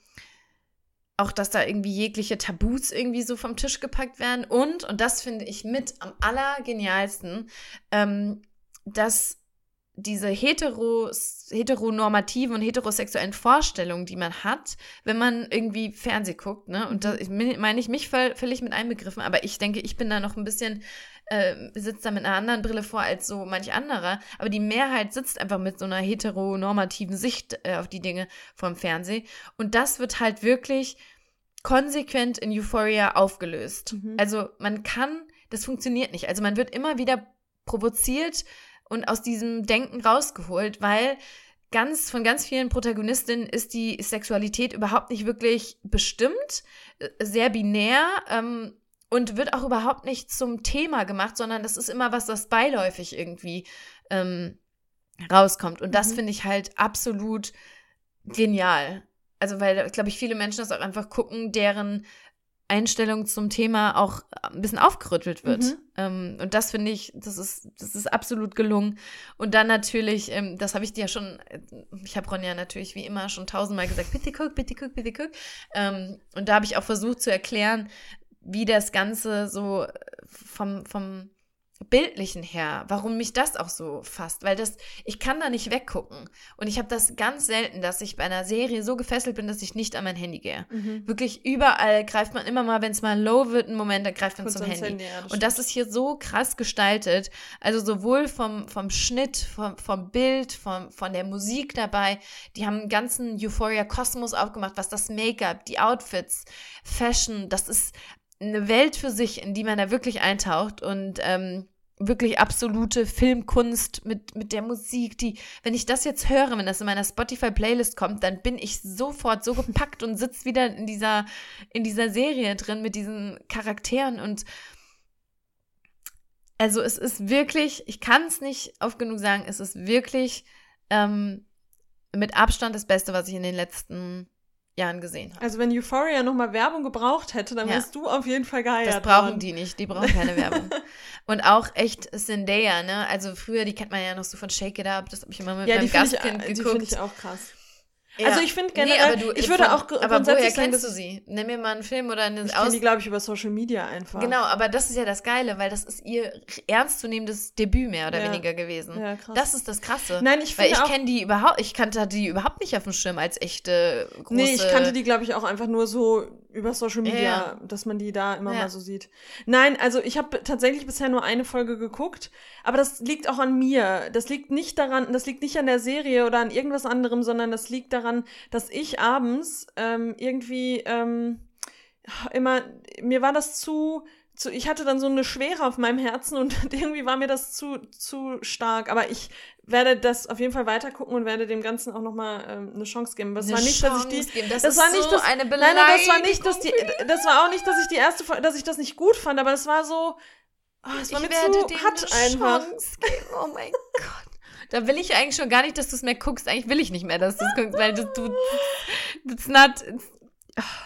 auch, dass da irgendwie jegliche Tabus irgendwie so vom Tisch gepackt werden. Und, und das finde ich mit am allergenialsten, ähm, dass diese heteros, heteronormativen und heterosexuellen Vorstellungen, die man hat, wenn man irgendwie Fernsehen guckt, ne? Und da ich, meine ich mich voll- völlig mit einbegriffen, aber ich denke, ich bin da noch ein bisschen, äh, sitze da mit einer anderen Brille vor als so manch anderer, aber die Mehrheit sitzt einfach mit so einer heteronormativen Sicht äh, auf die Dinge vom Fernsehen und das wird halt wirklich konsequent in Euphoria aufgelöst. Mhm. Also man kann, das funktioniert nicht, also man wird immer wieder provoziert und aus diesem Denken rausgeholt, weil ganz von ganz vielen Protagonistinnen ist die Sexualität überhaupt nicht wirklich bestimmt, äh, sehr binär ähm, und wird auch überhaupt nicht zum Thema gemacht, sondern das ist immer was, was beiläufig irgendwie ähm, rauskommt. Und das Mhm. finde ich halt absolut genial. Also weil, glaube ich, viele Menschen das auch einfach gucken, deren Einstellung zum Thema auch ein bisschen aufgerüttelt wird. Mhm. Ähm, und das finde ich, das ist, das ist absolut gelungen. Und dann natürlich, ähm, das habe ich dir ja schon, ich habe Ronja natürlich wie immer schon tausendmal gesagt, bitte guck, bitte guck, bitte guck. Ähm, und da habe ich auch versucht zu erklären, wie das Ganze so vom, vom Bildlichen her, warum mich das auch so fasst, weil das, ich kann da nicht weggucken und ich habe das ganz selten, dass ich bei einer Serie so gefesselt bin, dass ich nicht an mein Handy gehe. Mhm. Wirklich überall greift man immer mal, wenn es mal low wird, einen Moment, dann greift man Kurz zum ans Handy. Handy, ja, das Und das ist hier so krass gestaltet, also sowohl vom, vom Schnitt, vom, vom Bild, vom, von der Musik dabei, die haben einen ganzen Euphoria-Kosmos aufgemacht, was das Make-up, die Outfits, Fashion, das ist eine Welt für sich, in die man da wirklich eintaucht und ähm, wirklich absolute Filmkunst mit, mit der Musik, die, wenn ich das jetzt höre, wenn das in meiner Spotify-Playlist kommt, dann bin ich sofort so gepackt und sitze wieder in dieser, in dieser Serie drin mit diesen Charakteren und also es ist wirklich, ich kann es nicht oft genug sagen, es ist wirklich ähm, mit Abstand das Beste, was ich in den letzten Jahren gesehen habe. Also wenn Euphoria nochmal Werbung gebraucht hätte, dann Ja. wärst du auf jeden Fall geheiert Das brauchen worden. die nicht, die brauchen keine Werbung. Und auch echt Zendaya, ne? Also früher, die kennt man ja noch so von Shake It Up, das habe ich immer mit Ja, meinem die finde Gastkind ich, die geguckt. find ich auch krass. Ja. Also ich finde Nee, generell, aber du, ich würde von, auch gr- aber grundsätzlich woher sagen, kennst du dass- sie? Nimm mir mal einen Film oder eine Ich kenne Aus... die, glaube ich, über Social Media einfach. Genau, aber das ist ja das Geile, weil das ist ihr ernstzunehmendes Debüt mehr oder Ja. weniger gewesen. Ja, krass. Das ist das Krasse. Nein, ich Weil finde ich auch, kenne die überhaupt, ich kannte die überhaupt nicht auf dem Schirm als echte große... nee, ich kannte die, glaube ich, auch einfach nur so über Social Media, Ja. dass man die da immer Ja. mal so sieht. Nein, also ich habe tatsächlich bisher nur eine Folge geguckt, aber das liegt auch an mir. Das liegt nicht daran, das liegt nicht an der Serie oder an irgendwas anderem, sondern das liegt daran, dass ich abends ähm, irgendwie ähm, immer, mir war das zu... Zu, ich hatte dann so eine Schwere auf meinem Herzen und irgendwie war mir das zu, zu stark. Aber ich werde das auf jeden Fall weiter gucken und werde dem Ganzen auch nochmal ähm, eine Chance geben. Aber es Eine war nicht, dass ich die. Chance geben. Das, das ist war nicht so das, eine nein, nein, das war nicht, dass Beleidigung. die. Das war auch nicht, dass ich die erste, Fol- dass ich das nicht gut fand, aber es war so. Oh, es war Ich mir werde zu dem hart eine einfach. Chance geben. Oh mein Gott. Da will ich eigentlich schon gar nicht, dass du es mehr guckst. Eigentlich will ich nicht mehr, dass du es guckst, weil du, du it's not, it's,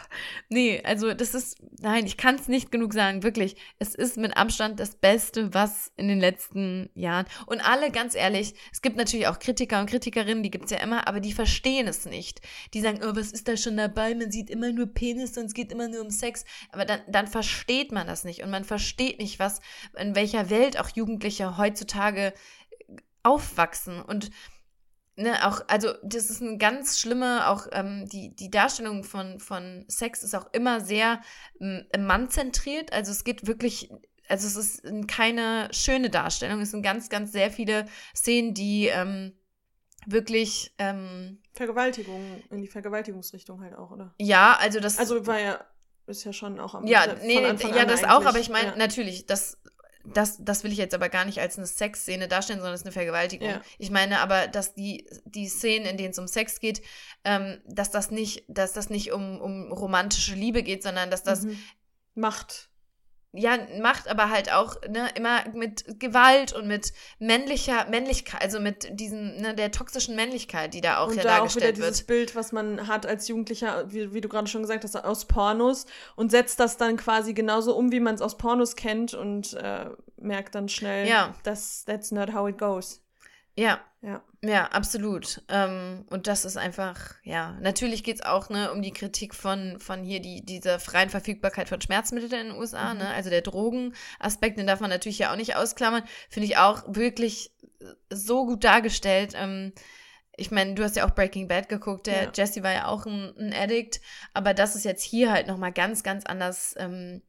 Nee, also das ist, nein, ich kann es nicht genug sagen, wirklich. Es ist mit Abstand das Beste, was in den letzten Jahren. Und alle, ganz ehrlich, es gibt natürlich auch Kritiker und Kritikerinnen, die gibt es ja immer, aber die verstehen es nicht. Die sagen, oh, was ist da schon dabei? Man sieht immer nur Penis und es geht immer nur um Sex. Aber dann, dann versteht man das nicht. Und man versteht nicht, was, in welcher Welt auch Jugendliche heutzutage aufwachsen. Und Ne, auch, also das ist eine ganz schlimme, auch ähm, die, die Darstellung von, von Sex ist auch immer sehr ähm, mannzentriert, also es geht wirklich, also es ist keine schöne Darstellung, es sind ganz, ganz sehr viele Szenen, die ähm, wirklich ähm, Vergewaltigung, in die Vergewaltigungsrichtung halt auch, oder? Ja, also das... Also war ja, ist ja schon auch am ja, von nee, Anfang ja, an das eigentlich, auch, aber ich meine, ja. natürlich, das... Das, das will ich jetzt aber gar nicht als eine Sexszene darstellen, sondern es ist eine Vergewaltigung. Ja. Ich meine aber, dass die, die Szenen, in denen es um Sex geht, ähm, dass das nicht, dass das nicht um, um romantische Liebe geht, sondern dass das mhm. Macht. Ja, macht aber halt auch ne, immer mit Gewalt und mit männlicher Männlichkeit, also mit diesem, ne, der toxischen Männlichkeit, die da auch und ja da dargestellt auch wieder wird. dieses Bild, was man hat als Jugendlicher, wie, wie du gerade schon gesagt hast, aus Pornos und setzt das dann quasi genauso um, wie man es aus Pornos kennt und äh, merkt dann schnell, ja. dass that's not how it goes. Ja. Ja. Ja, absolut. Ähm, und das ist einfach, ja, natürlich geht es auch ne, um die Kritik von, von hier die, dieser freien Verfügbarkeit von Schmerzmitteln in den U S A, mhm. ne? Also der Drogenaspekt, den darf man natürlich ja auch nicht ausklammern. Finde ich auch wirklich so gut dargestellt. Ähm, ich meine, du hast ja auch Breaking Bad geguckt, der ja. Jesse war ja auch ein, ein Addict, aber das ist jetzt hier halt nochmal ganz, ganz anders ähm,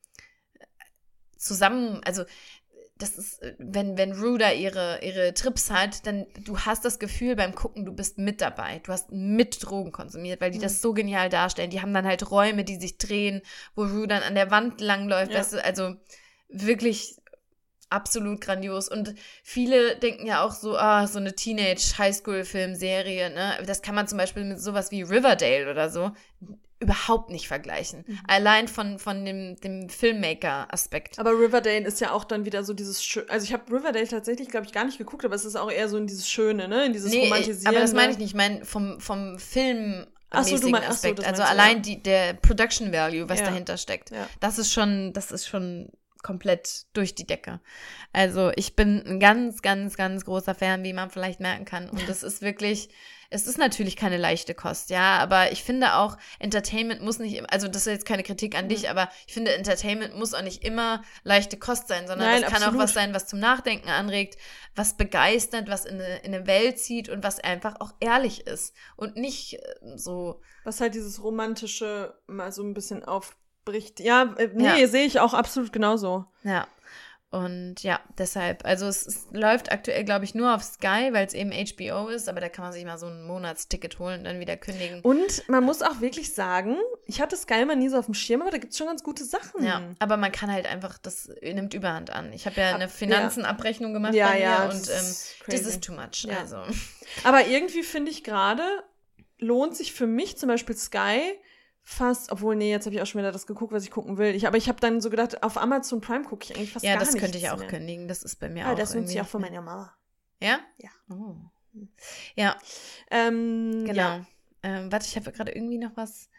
zusammen, also das ist, wenn, wenn Rue da ihre, ihre Trips hat, dann du hast das Gefühl beim Gucken, du bist mit dabei. Du hast mit Drogen konsumiert, weil die mhm. das so genial darstellen. Die haben dann halt Räume, die sich drehen, wo Rue dann an der Wand langläuft. Ja. Weißt du, also wirklich absolut grandios. Und viele denken ja auch so, ah, so eine Teenage-Highschool-Film-Serie, ne? Das kann man zum Beispiel mit sowas wie Riverdale oder so überhaupt nicht vergleichen. Mhm. Allein von, von dem, dem Filmmaker-Aspekt. Aber Riverdale ist ja auch dann wieder so dieses Schöne. Also ich habe Riverdale tatsächlich, glaube ich, gar nicht geguckt, aber es ist auch eher so in dieses Schöne, ne? In dieses nee, Romantisieren. Aber das meine ich nicht. Ich meine vom, vom Film ach so, du mein, Aspekt. Ach so, also meinst, allein ja. die, der Production Value, was ja. dahinter steckt. Ja. Das ist schon, das ist schon komplett durch die Decke. Also ich bin ein ganz, ganz, ganz großer Fan, wie man vielleicht merken kann. Und das ist wirklich, es ist natürlich keine leichte Kost, ja, aber ich finde auch, Entertainment muss nicht, also das ist jetzt keine Kritik an dich, aber ich finde, Entertainment muss auch nicht immer leichte Kost sein, sondern Nein, das kann absolut. auch was sein, was zum Nachdenken anregt, was begeistert, was in eine, in eine Welt zieht und was einfach auch ehrlich ist und nicht so. Was halt dieses Romantische mal so ein bisschen aufbricht. Ja, äh, nee, ja. sehe ich auch absolut genauso. Ja. Und ja, deshalb, also es, es läuft aktuell, glaube ich, nur auf Sky, weil es eben H B O ist, aber da kann man sich mal so ein Monatsticket holen und dann wieder kündigen. Und man muss auch wirklich sagen, ich hatte Sky mal nie so auf dem Schirm, aber da gibt es schon ganz gute Sachen. Ja, aber man kann halt einfach, das nimmt Überhand an. Ich habe ja eine Finanzenabrechnung gemacht ja, bei mir ja, und ähm, das ist too much. Ja. Also. Aber irgendwie finde ich gerade, lohnt sich für mich zum Beispiel Sky fast, obwohl, nee, jetzt habe ich auch schon wieder das geguckt, was ich gucken will. Ich, aber ich habe dann so gedacht, auf Amazon Prime gucke ich eigentlich fast ja, gar nichts Ja, das könnte ich auch mehr. kündigen. Das ist bei mir ah, auch das nutze ich auch irgendwie- von meiner Mama. Ja? Ja. Oh. Ja, Ähm, genau. Ja. Ähm, warte, ich habe gerade irgendwie noch was.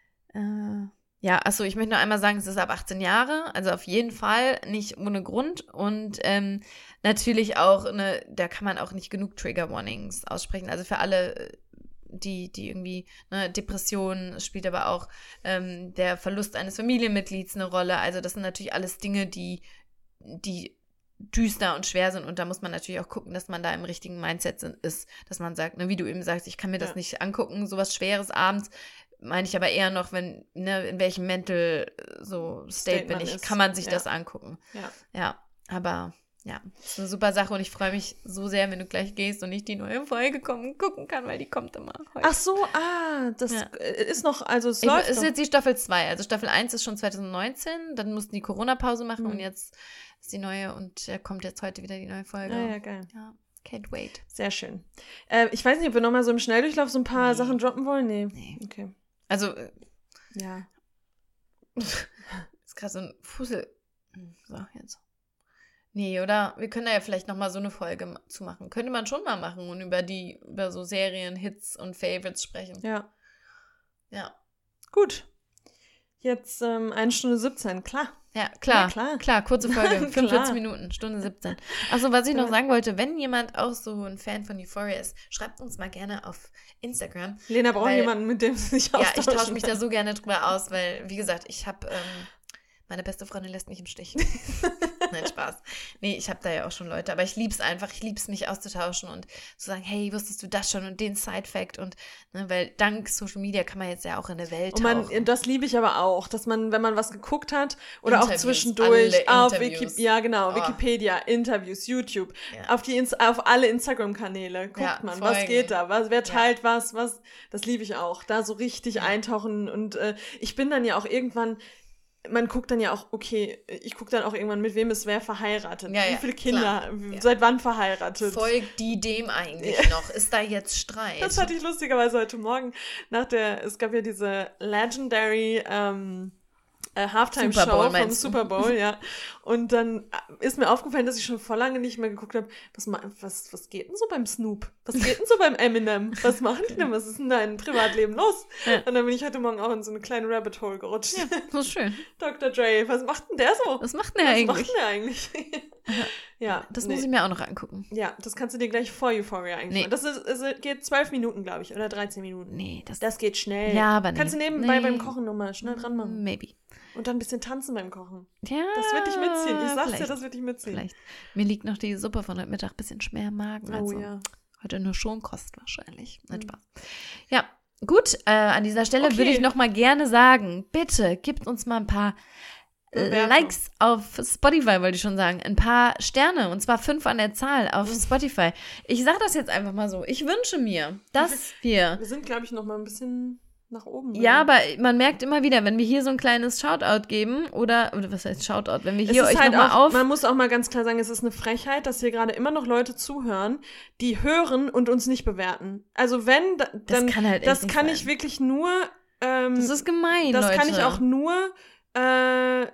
Äh, ja, achso, ich möchte noch einmal sagen, es ist ab achtzehn Jahre, also auf jeden Fall nicht ohne Grund und ähm, natürlich auch, eine, da kann man auch nicht genug Trigger Warnings aussprechen, also für alle, die, die irgendwie, ne, Depression spielt aber auch ähm, der Verlust eines Familienmitglieds eine Rolle, also das sind natürlich alles Dinge, die, die düster und schwer sind und da muss man natürlich auch gucken, dass man da im richtigen Mindset sind, ist, dass man sagt, ne, wie du eben sagst, ich kann mir das Ja. nicht angucken, sowas Schweres abends, meine ich aber eher noch, wenn, ne, in welchem Mental so State State bin man ich, ist. kann man sich Ja. das angucken. Ja. Ja, aber ja, ist eine super Sache und ich freue mich so sehr, wenn du gleich gehst und ich die neue Folge kommen, gucken kann, weil die kommt immer heute. Ach so, ah, das Ja. äh, ist noch, also es Ich, läuft es ist noch. jetzt die Staffel zwei, also Staffel eins ist schon zwanzig neunzehn, dann mussten die Corona-Pause machen Mhm. und jetzt ist die neue und da kommt jetzt heute wieder die neue Folge. Ah, ja, geil. Ja, can't wait. Sehr schön. Äh, ich weiß nicht, ob wir nochmal so im Schnelldurchlauf so ein paar Nee. Sachen droppen wollen. Nee. Nee. Okay. Also, äh, Ja. ist gerade so ein Fussel. So, jetzt. Nee, oder? Wir können da ja vielleicht nochmal so eine Folge ma- zu machen. Könnte man schon mal machen und über die, über so Serien, Hits und Favorites sprechen. Ja. Ja. Gut. Jetzt ähm, eine Stunde siebzehn, klar. Ja, klar, ja, klar. klar, kurze Folge, fünfundvierzig Klar. Minuten, Stunde siebzehn. Achso, was ich noch sagen wollte, wenn jemand auch so ein Fan von Euphoria ist, schreibt uns mal gerne auf Instagram. Lena braucht weil, jemanden, mit dem sie sich Ja, austauschen ich tausche mich kann. da so gerne drüber aus, weil, wie gesagt, ich habe, ähm, meine beste Freundin lässt mich im Stich. Nein, Spaß. Nee, ich habe da ja auch schon Leute, aber ich liebe es einfach, ich liebe es, mich auszutauschen und zu sagen, hey, wusstest du das schon und den Side-Fact und, ne, weil dank Social Media kann man jetzt ja auch in der Welt Und man, tauchen. das liebe ich aber auch, dass man, wenn man was geguckt hat oder Interviews, auch zwischendurch alle auf Interviews. Wiki, ja genau, Oh. Wikipedia, Interviews, YouTube, Ja. auf die Ins- auf alle Instagram-Kanäle guckt Ja, man, Folgen. was geht da, was, wer teilt was, was, das liebe ich auch, da so richtig eintauchen und äh, ich bin dann ja auch irgendwann man guckt dann ja auch, okay, ich gucke dann auch irgendwann, mit wem ist wer verheiratet, Ja, wie ja, viele Kinder, klar. Ja. seit wann verheiratet. Folgt die dem eigentlich Ja. noch? Ist da jetzt Streit? Das hatte ich lustigerweise heute Morgen nach der, es gab ja diese Legendary ähm, äh, Super Bowl, Halftime-Show vom meinst du? Super Bowl, ja. Und dann ist mir aufgefallen, dass ich schon vor lange nicht mehr geguckt habe, was, ma- was, was geht denn so beim Snoop? Was geht denn so beim Eminem? Was machen die denn? Was ist denn da in Privatleben los? Ja. Und dann bin ich heute Morgen auch in so eine kleine Rabbit Hole gerutscht. Ja, das ist schön. Doktor Dre, was macht denn der so? Was macht denn der was eigentlich? macht denn der eigentlich? ja, Das nee. muss ich mir auch noch angucken. Ja, das kannst du dir gleich vor Euphoria eigentlich Nee. machen. Das ist, es geht zwölf Minuten, glaube ich, oder dreizehn Minuten. Nee, das, Das geht schnell. Ja, aber nee. Kannst du nebenbei Nee. beim Kochen nochmal schnell dran machen. Maybe. Und dann ein bisschen tanzen beim Kochen. Ja, Das wird dich mitziehen. Ich sag's dir, vielleicht, das wird dich mitziehen. Vielleicht. Mir liegt noch die Suppe von heute Mittag ein bisschen schwer im Magen. Oh Also ja. heute nur Schonkost wahrscheinlich. Nein, Mhm. Spaß. Ja, gut. Äh, an dieser Stelle Okay. würde ich noch mal gerne sagen, bitte gebt uns mal ein paar äh, Bewertung. Likes auf Spotify, wollte ich schon sagen. Ein paar Sterne, und zwar fünf an der Zahl auf Spotify. Ich sage das jetzt einfach mal so. Ich wünsche mir, dass wir Wir sind, glaube ich, noch mal ein bisschen nach oben. Ja, oder? aber man merkt immer wieder, wenn wir hier so ein kleines Shoutout geben oder, oder was heißt Shoutout, wenn wir Es hier ist euch halt nochmal auch, auf... man muss auch mal ganz klar sagen, es ist eine Frechheit, dass hier gerade immer noch Leute zuhören, die hören und uns nicht bewerten. Also wenn, da- Das dann, kann halt echt das nicht kann sein. ich wirklich nur, ähm, Das ist gemein, das Leute. kann ich auch nur, äh,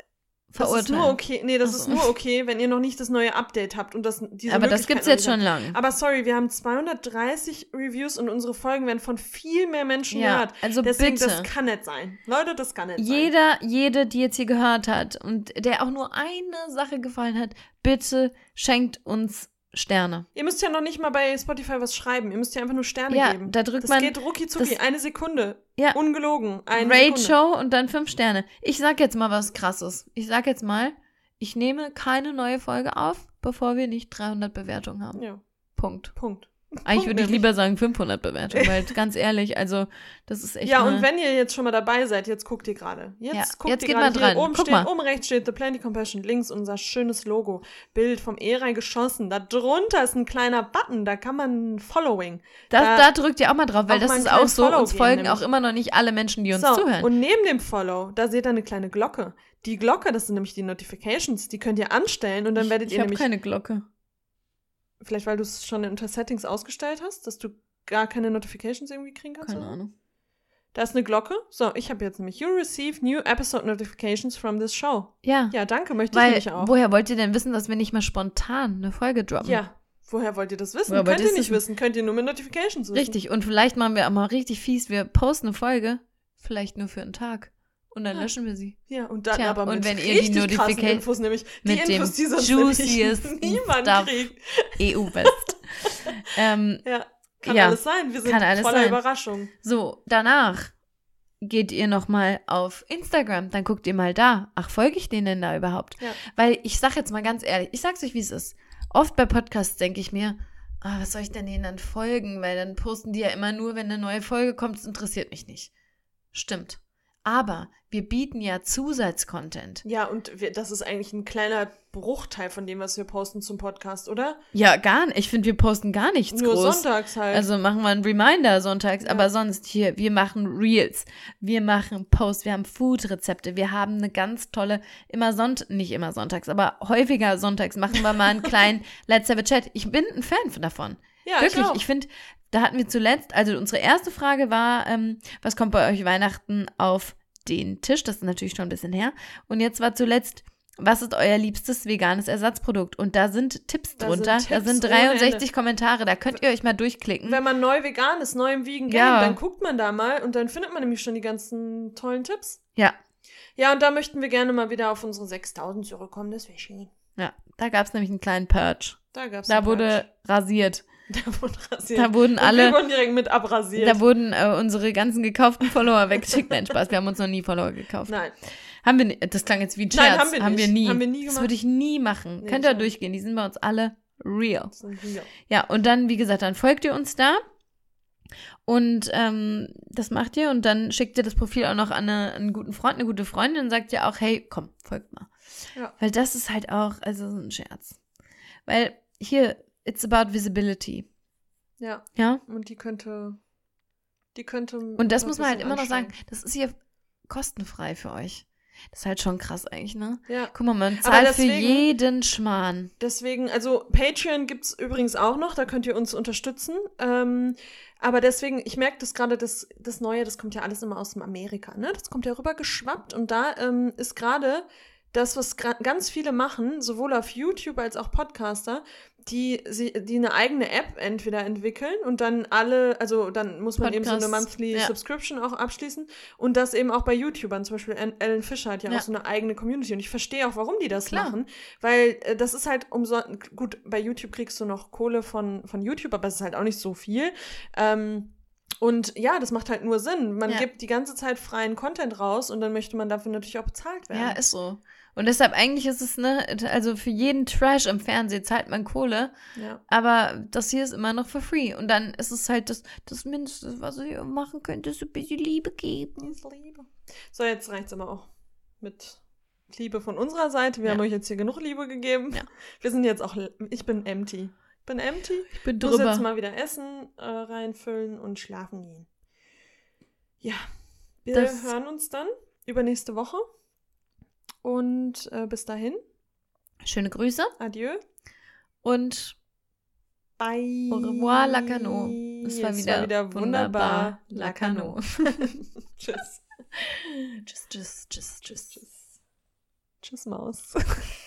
Das ist verurteilen. nur okay, nee, das Ach ist so. nur okay, wenn ihr noch nicht das neue Update habt und das diese Aber das Möglichkeit gibt's noch jetzt nicht schon habt. lange. Aber sorry, wir haben zweihundertdreißig Reviews und unsere Folgen werden von viel mehr Menschen Ja, gehört. also Deswegen, bitte. das kann nicht sein. Leute, das kann nicht sein. Jeder, jede, die jetzt hier gehört hat und der auch nur eine Sache gefallen hat, bitte schenkt uns Sterne. Ihr müsst ja noch nicht mal bei Spotify was schreiben. Ihr müsst ja einfach nur Sterne Ja, geben. da drückt das man- geht rucki zucki. das- Eine Sekunde. Ja. Ungelogen. Eine Rate Sekunde. Show und dann fünf Sterne. Ich sag jetzt mal was Krasses. Ich sag jetzt mal, ich nehme keine neue Folge auf, bevor wir nicht dreihundert Bewertungen haben. Ja, Punkt. Punkt. Eigentlich Punkt würde ich nämlich. lieber sagen fünfhundert Bewertungen, weil ganz ehrlich, also das ist echt Ja, eine, und wenn ihr jetzt schon mal dabei seid, jetzt guckt ihr gerade. Jetzt Ja, guckt jetzt ihr geht gerade. mal Hier dran. oben Guck steht, mal. oben rechts steht The Plenty Compassion, links unser schönes Logo. Bild vom E-Rei geschossen. Da drunter ist ein kleiner Button, da kann man Following. das, da- da drückt ihr auch mal drauf, weil auch das mal einen ist auch kleinen so, Follow uns geben, folgen nämlich. auch immer noch nicht alle Menschen, die uns so, zuhören. und neben dem Follow, da seht ihr eine kleine Glocke. Die Glocke, das sind nämlich die Notifications, die könnt ihr anstellen und dann werdet ich ihr habe nämlich, keine Glocke. vielleicht weil du es schon unter Settings ausgestellt hast, dass du gar keine Notifications irgendwie kriegen kannst. Keine oder? Ahnung. Da ist eine Glocke. So, ich habe jetzt nämlich, you receive new episode notifications from this show. Ja, Ja, danke, möchte ich weil nämlich auch. woher wollt ihr denn wissen, dass wir nicht mal spontan eine Folge droppen? Ja, woher wollt ihr das wissen? Woher wollt Könnt ihr ihr es nicht wissen? wissen, könnt ihr nur mit Notifications wissen. Richtig, und vielleicht machen wir auch mal richtig fies, wir posten eine Folge, vielleicht nur für einen Tag und dann Ja. löschen wir sie. Ja, und dann Tja, aber und mit wenn ihr die richtig krassen Notifica- Infos, nämlich die mit dem Infos, die sonst juiciest nämlich niemand Stuff. kriegt. E U-Best. ähm, Ja, kann Ja, alles sein. Wir sind kann alles voller sein. Überraschung. So, danach geht ihr nochmal auf Instagram, dann guckt ihr mal da. Ach, folge ich denen denn da überhaupt? Ja. Weil ich sag jetzt mal ganz ehrlich, ich sag's euch, wie es ist. Oft bei Podcasts denke ich mir, ah, was soll ich denn denen dann folgen? Weil dann posten die ja immer nur, wenn eine neue Folge kommt, das interessiert mich nicht. Stimmt. Aber wir bieten ja Zusatzcontent. Ja, und wir, das ist eigentlich ein kleiner Bruchteil von dem, was wir posten zum Podcast, oder? Ja, gar nicht. Ich finde, wir posten gar nichts Nur groß. sonntags halt. Also machen wir einen Reminder sonntags, Ja. aber sonst hier, wir machen Reels, wir machen Posts, wir haben Food-Rezepte, wir haben eine ganz tolle, immer Sonntag, nicht immer sonntags, aber häufiger sonntags machen wir mal einen kleinen Let's Have a Chat. Ich bin ein Fan von davon. ja, Wirklich, ich, auch. ich finde, da hatten wir zuletzt, also unsere erste Frage war, ähm, was kommt bei euch Weihnachten auf den Tisch? Das ist natürlich schon ein bisschen her. Und jetzt war zuletzt, was ist euer liebstes veganes Ersatzprodukt? Und da sind Tipps Da drunter. sind da Tipps sind ohne dreiundsechzig Ende. Kommentare. Da könnt ihr euch mal durchklicken. Wenn man neu vegan ist, neu im Vegan Game, Ja. dann guckt man da mal und dann findet man nämlich schon die ganzen tollen Tipps. Ja, Ja, und da möchten wir gerne mal wieder auf unsere sechstausend zurückkommen. Das wäre schön. ja. Da gab es nämlich einen kleinen Purge. Da gab's Da einen wurde rasiert. Purge. Da wurde rasiert. Da wurden Und alle. wir wurden direkt mit abrasiert. Da wurden äh, unsere ganzen gekauften Follower weggeschickt. Nein, Spaß, wir haben uns noch nie Follower gekauft. Nein. Haben wir nicht. Das klang jetzt wie ein Nein, Scherz. haben wir nicht. nie. Haben wir nie Das gemacht. würde ich nie machen. Nee, Könnt ihr ich auch. durchgehen. Die sind bei uns alle real. Das sind wir. Ja, und dann, wie gesagt, dann folgt ihr uns da. Und ähm, das macht ihr. Und dann schickt ihr das Profil auch noch an eine, einen guten Freund, eine gute Freundin und sagt ihr auch, hey, komm, folgt mal. Ja. Weil das ist halt auch, also so ein Scherz. Weil hier, it's about visibility. Ja. Ja. Und die könnte. Die könnte. Und das noch muss ein man halt bisschen immer noch sagen, ansteigen. das ist hier kostenfrei für euch. Das ist halt schon krass eigentlich, ne? Ja. Guck mal, man Aber zahlt für deswegen- jeden Schmarrn. Deswegen, also Patreon gibt's übrigens auch noch, da könnt ihr uns unterstützen. Ähm, aber deswegen, ich merke das gerade, das, das Neue, das kommt ja alles immer aus dem Amerika, ne? Das kommt ja rüber geschwappt und da ähm, ist gerade das, was gra- ganz viele machen, sowohl auf YouTube als auch Podcaster, die, sie, die eine eigene App entweder entwickeln und dann alle, also dann muss man eben so eine Podcasts, Monthly ja. Subscription auch abschließen und das eben auch bei YouTubern, zum Beispiel An- Ellen Fischer hat ja, Ja. auch so eine eigene Community und ich verstehe auch, warum die das Klar. machen, weil äh, das ist halt umsonst, gut, bei YouTube kriegst du noch Kohle von, von YouTube, aber es ist halt auch nicht so viel. Ähm, und ja, das macht halt nur Sinn. Man Ja. gibt die ganze Zeit freien Content raus und dann möchte man dafür natürlich auch bezahlt werden. Ja, ist so. Und deshalb eigentlich ist es, ne, also für jeden Trash im Fernsehen zahlt man Kohle, Ja. aber das hier ist immer noch for free. Und dann ist es halt das, das Mindeste, was ihr machen könnt, ist ein bisschen Liebe geben. Liebe. So, jetzt reicht's aber auch mit Liebe von unserer Seite. Wir Ja. haben euch jetzt hier genug Liebe gegeben. Ja. Wir sind jetzt auch, ich bin empty. Ich bin empty. Ich bin Ich muss jetzt drüber. mal wieder Essen äh, reinfüllen und schlafen gehen. Ja, wir Das- hören uns dann übernächste Woche. Und äh, bis dahin, Schöne Grüße adieu. und Bye. au revoir, Lacano. Es war Es wieder, war wieder wunderbar. Lacano. Tschüss. Tschüss, tschüss, tschüss, tschüss. Tschüss. Tschüss, Maus.